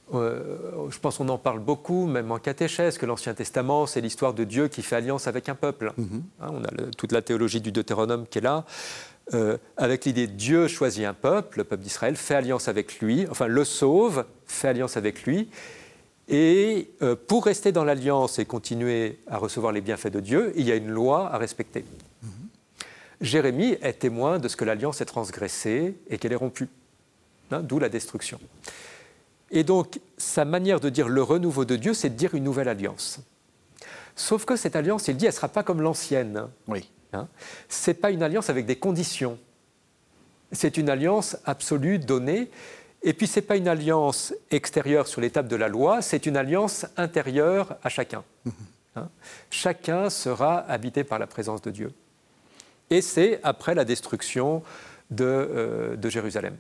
Euh, je pense qu'on en parle beaucoup, même en catéchèse, que l'Ancien Testament, c'est l'histoire de Dieu qui fait alliance avec un peuple. Mm-hmm. Hein, on a le, toute la théologie du Deutéronome qui est là, euh, avec l'idée de Dieu choisit un peuple, le peuple d'Israël, fait alliance avec lui, enfin le sauve, fait alliance avec lui, et euh, pour rester dans l'alliance et continuer à recevoir les bienfaits de Dieu, il y a une loi à respecter. Mm-hmm. Jérémie est témoin de ce que l'alliance est transgressée et qu'elle est rompue, hein, d'où la destruction. Et donc, sa manière de dire le renouveau de Dieu, c'est de dire une nouvelle alliance. Sauf que cette alliance, il dit, elle ne sera pas comme l'ancienne. Oui. Hein, ce n'est pas une alliance avec des conditions. C'est une alliance absolue, donnée. Et puis, ce n'est pas une alliance extérieure sur l'étape de la loi, c'est une alliance intérieure à chacun. Mmh. Hein, chacun sera habité par la présence de Dieu. Et c'est après la destruction de, euh, de Jérusalem.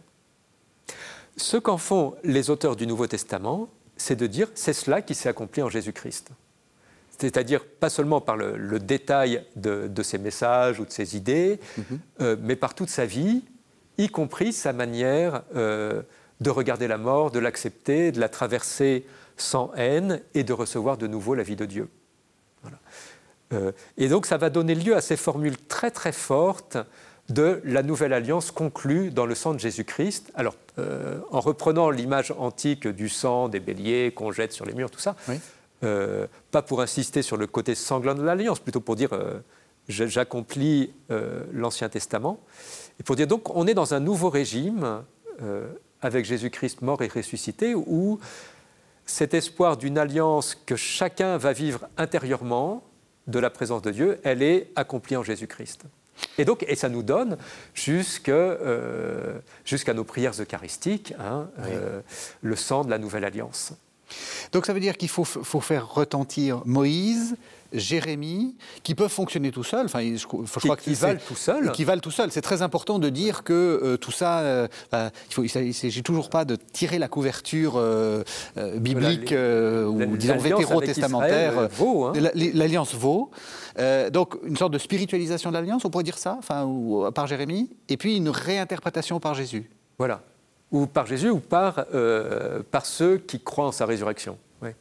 Ce qu'en font les auteurs du Nouveau Testament, c'est de dire c'est cela qui s'est accompli en Jésus-Christ. C'est-à-dire pas seulement par le, le détail de, de ses messages ou de ses idées, mm-hmm. euh, mais par toute sa vie, y compris sa manière euh, de regarder la mort, de l'accepter, de la traverser sans haine et de recevoir de nouveau la vie de Dieu. Voilà. Euh, et donc ça va donner lieu à ces formules très très fortes de la nouvelle alliance conclue dans le sang de Jésus-Christ. Alors, euh, en reprenant l'image antique du sang, des béliers qu'on jette sur les murs, tout ça, oui. euh, pas pour insister sur le côté sanglant de l'alliance, plutôt pour dire euh, j'accomplis euh, l'Ancien Testament, et pour dire donc on est dans un nouveau régime euh, avec Jésus-Christ mort et ressuscité, où cet espoir d'une alliance que chacun va vivre intérieurement de la présence de Dieu, elle est accomplie en Jésus-Christ. Et, donc, et ça nous donne jusque, euh, jusqu'à nos prières eucharistiques, hein, oui. euh, le sang de la Nouvelle Alliance. Donc ça veut dire qu'il faut, faut faire retentir Moïse, Jérémie, qui peuvent fonctionner tout seuls. Enfin, je, je qui, crois que qui valent tout seuls. Qui valent tout seuls. C'est très important de dire que euh, tout ça, euh, euh, il ne s'agit toujours pas de tirer la couverture euh, euh, biblique euh, ou disons vétérotestamentaire. Vaut, hein. L'alliance vaut. Euh, donc une sorte de spiritualisation de l'alliance, on pourrait dire ça, enfin, ou, par Jérémie, et puis une réinterprétation par Jésus. Voilà. Ou par Jésus, ou par, euh, par ceux qui croient en sa résurrection. Oui.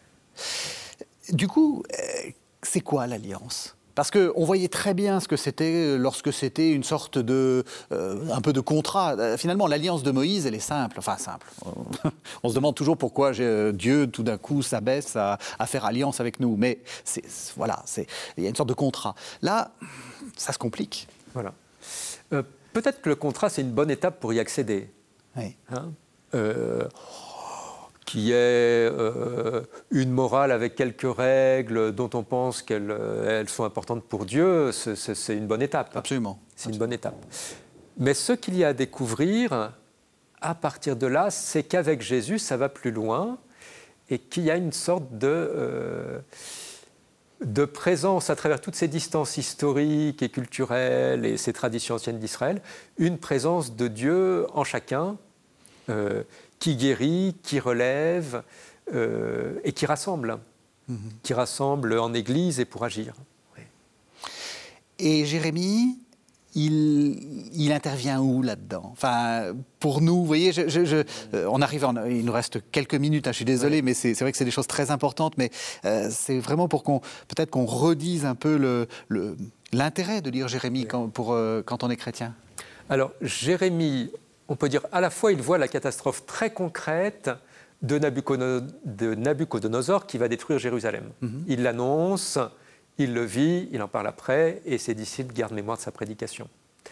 Du coup, euh, c'est quoi l'alliance ? Parce qu'on voyait très bien ce que c'était lorsque c'était une sorte de, euh, un peu de contrat. Euh, finalement, l'alliance de Moïse, elle est simple. Enfin, simple. On se demande toujours pourquoi j'ai, Dieu, tout d'un coup, s'abaisse à, à faire alliance avec nous. Mais c'est, voilà, c'est, il y a une sorte de contrat. Là, ça se complique. Voilà. Euh, peut-être que le contrat, c'est une bonne étape pour y accéder. Oui. Hein euh, qui est euh, une morale avec quelques règles dont on pense qu'elles elles sont importantes pour Dieu, c'est, c'est, c'est une bonne étape. Absolument. C'est Absolument. une bonne étape. Mais ce qu'il y a à découvrir, à partir de là, c'est qu'avec Jésus, ça va plus loin et qu'il y a une sorte de, euh, de présence à travers toutes ces distances historiques et culturelles et ces traditions anciennes d'Israël, une présence de Dieu en chacun, Euh, qui guérit, qui relève euh, et qui rassemble, mmh. qui rassemble en Église et pour agir. Oui. Et Jérémie, il, il intervient où là-dedans ? Enfin, pour nous, vous voyez, je, je, je, euh, on arrive, en, il nous reste quelques minutes, hein, je suis désolé, oui. mais c'est, c'est vrai que c'est des choses très importantes, mais euh, c'est vraiment pour qu'on, peut-être qu'on redise un peu le, le, l'intérêt de lire Jérémie oui. quand, pour, euh, quand on est chrétien. Alors, Jérémie, on peut dire à la fois il voit la catastrophe très concrète de, Nabucodonosor, de Nabucodonosor qui va détruire Jérusalem. Mm-hmm. Il l'annonce, il le vit, il en parle après, et ses disciples gardent mémoire de sa prédication.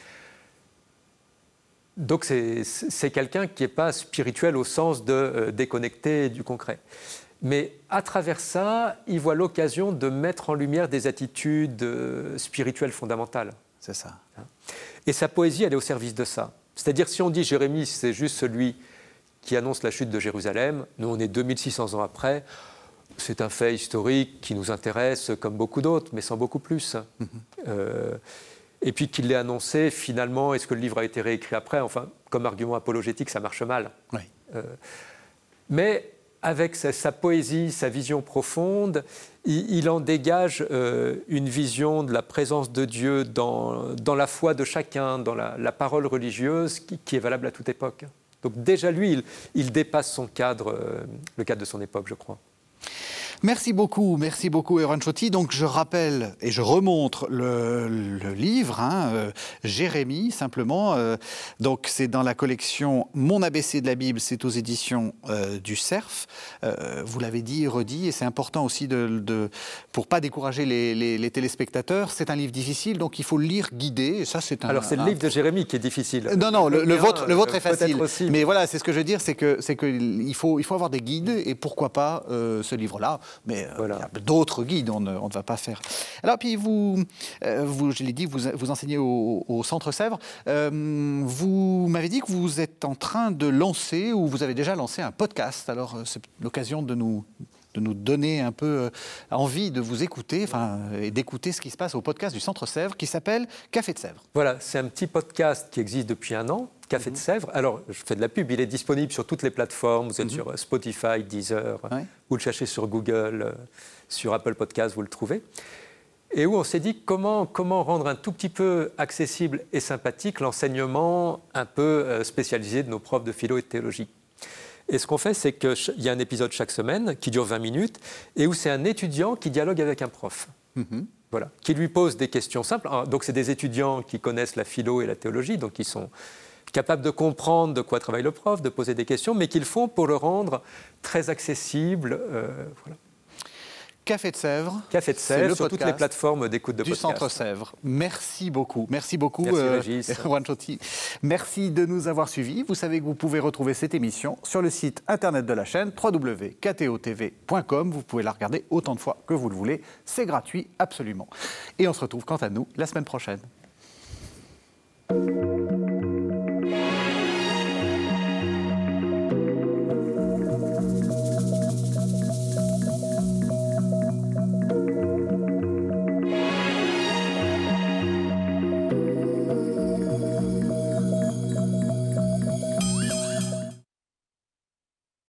Donc c'est, c'est quelqu'un qui n'est pas spirituel au sens de euh, déconnecté du concret. Mais à travers ça, il voit l'occasion de mettre en lumière des attitudes euh, spirituelles fondamentales. C'est ça. Et sa poésie, elle est au service de ça. C'est-à-dire, si on dit Jérémie, c'est juste celui qui annonce la chute de Jérusalem, nous, on est deux mille six cents ans après, c'est un fait historique qui nous intéresse comme beaucoup d'autres, mais sans beaucoup plus. Mm-hmm. Euh, et puis qu'il l'ait annoncé, finalement, est-ce que le livre a été réécrit après ? Enfin, comme argument apologétique, ça marche mal. Oui. Euh, mais avec sa, sa poésie, sa vision profonde, il, il en dégage euh, une vision de la présence de Dieu dans, dans la foi de chacun, dans la, la parole religieuse qui, qui est valable à toute époque. Donc déjà, lui, il, il dépasse son cadre, euh, le cadre de son époque, je crois. Merci beaucoup, merci beaucoup Erwan Chotti. Donc je rappelle et je remontre le, le livre, hein, euh, Jérémie, simplement. Euh, donc c'est dans la collection Mon A B C de la Bible, c'est aux éditions euh, du Cerf. Euh, vous l'avez dit et redit, et c'est important aussi de, de pour pas décourager les, les, les téléspectateurs. C'est un livre difficile, donc il faut le lire guidé. Et ça, c'est un. Alors c'est le un... livre de Jérémie qui est difficile. Non, non, le, le, le vôtre, le vôtre est facile. Aussi. Mais voilà, c'est ce que je veux dire, c'est que c'est que il faut il faut avoir des guides, et pourquoi pas euh, ce livre-là. Mais euh, voilà. Il y a d'autres guides, on ne, on ne va pas faire. Alors, puis vous, euh, vous je l'ai dit, vous, vous enseignez au, au Centre Sèvres. Euh, vous m'avez dit que vous êtes en train de lancer, ou vous avez déjà lancé un podcast. Alors, c'est l'occasion de nous, de nous donner un peu envie de vous écouter, enfin, et d'écouter ce qui se passe au podcast du Centre Sèvres, qui s'appelle Café de Sèvres. Voilà, c'est un petit podcast qui existe depuis un an. Café de Sèvres. Alors, je fais de la pub, il est disponible sur toutes les plateformes. Vous êtes mm-hmm. sur Spotify, Deezer, ouais. Vous le cherchez sur Google, sur Apple Podcasts, vous le trouvez. Et où on s'est dit comment, comment rendre un tout petit peu accessible et sympathique l'enseignement un peu spécialisé de nos profs de philo et de théologie. Et ce qu'on fait, c'est qu'il y a un épisode chaque semaine qui dure vingt minutes et où c'est un étudiant qui dialogue avec un prof. Mm-hmm. Voilà, qui lui pose des questions simples. Donc, c'est des étudiants qui connaissent la philo et la théologie, donc ils sont capables de comprendre de quoi travaille le prof, de poser des questions, mais qu'ils font pour le rendre très accessible. Euh, voilà. Café de Sèvres, Café de Sèvres sur toutes les plateformes d'écoute de du podcast. Centre Sèvres. Merci beaucoup. Merci beaucoup, Merci, euh, Régis. Erwan Chotti. Merci de nous avoir suivis. Vous savez que vous pouvez retrouver cette émission sur le site internet de la chaîne w w w point k t o t v point com. Vous pouvez la regarder autant de fois que vous le voulez. C'est gratuit, absolument. Et on se retrouve, quant à nous, la semaine prochaine.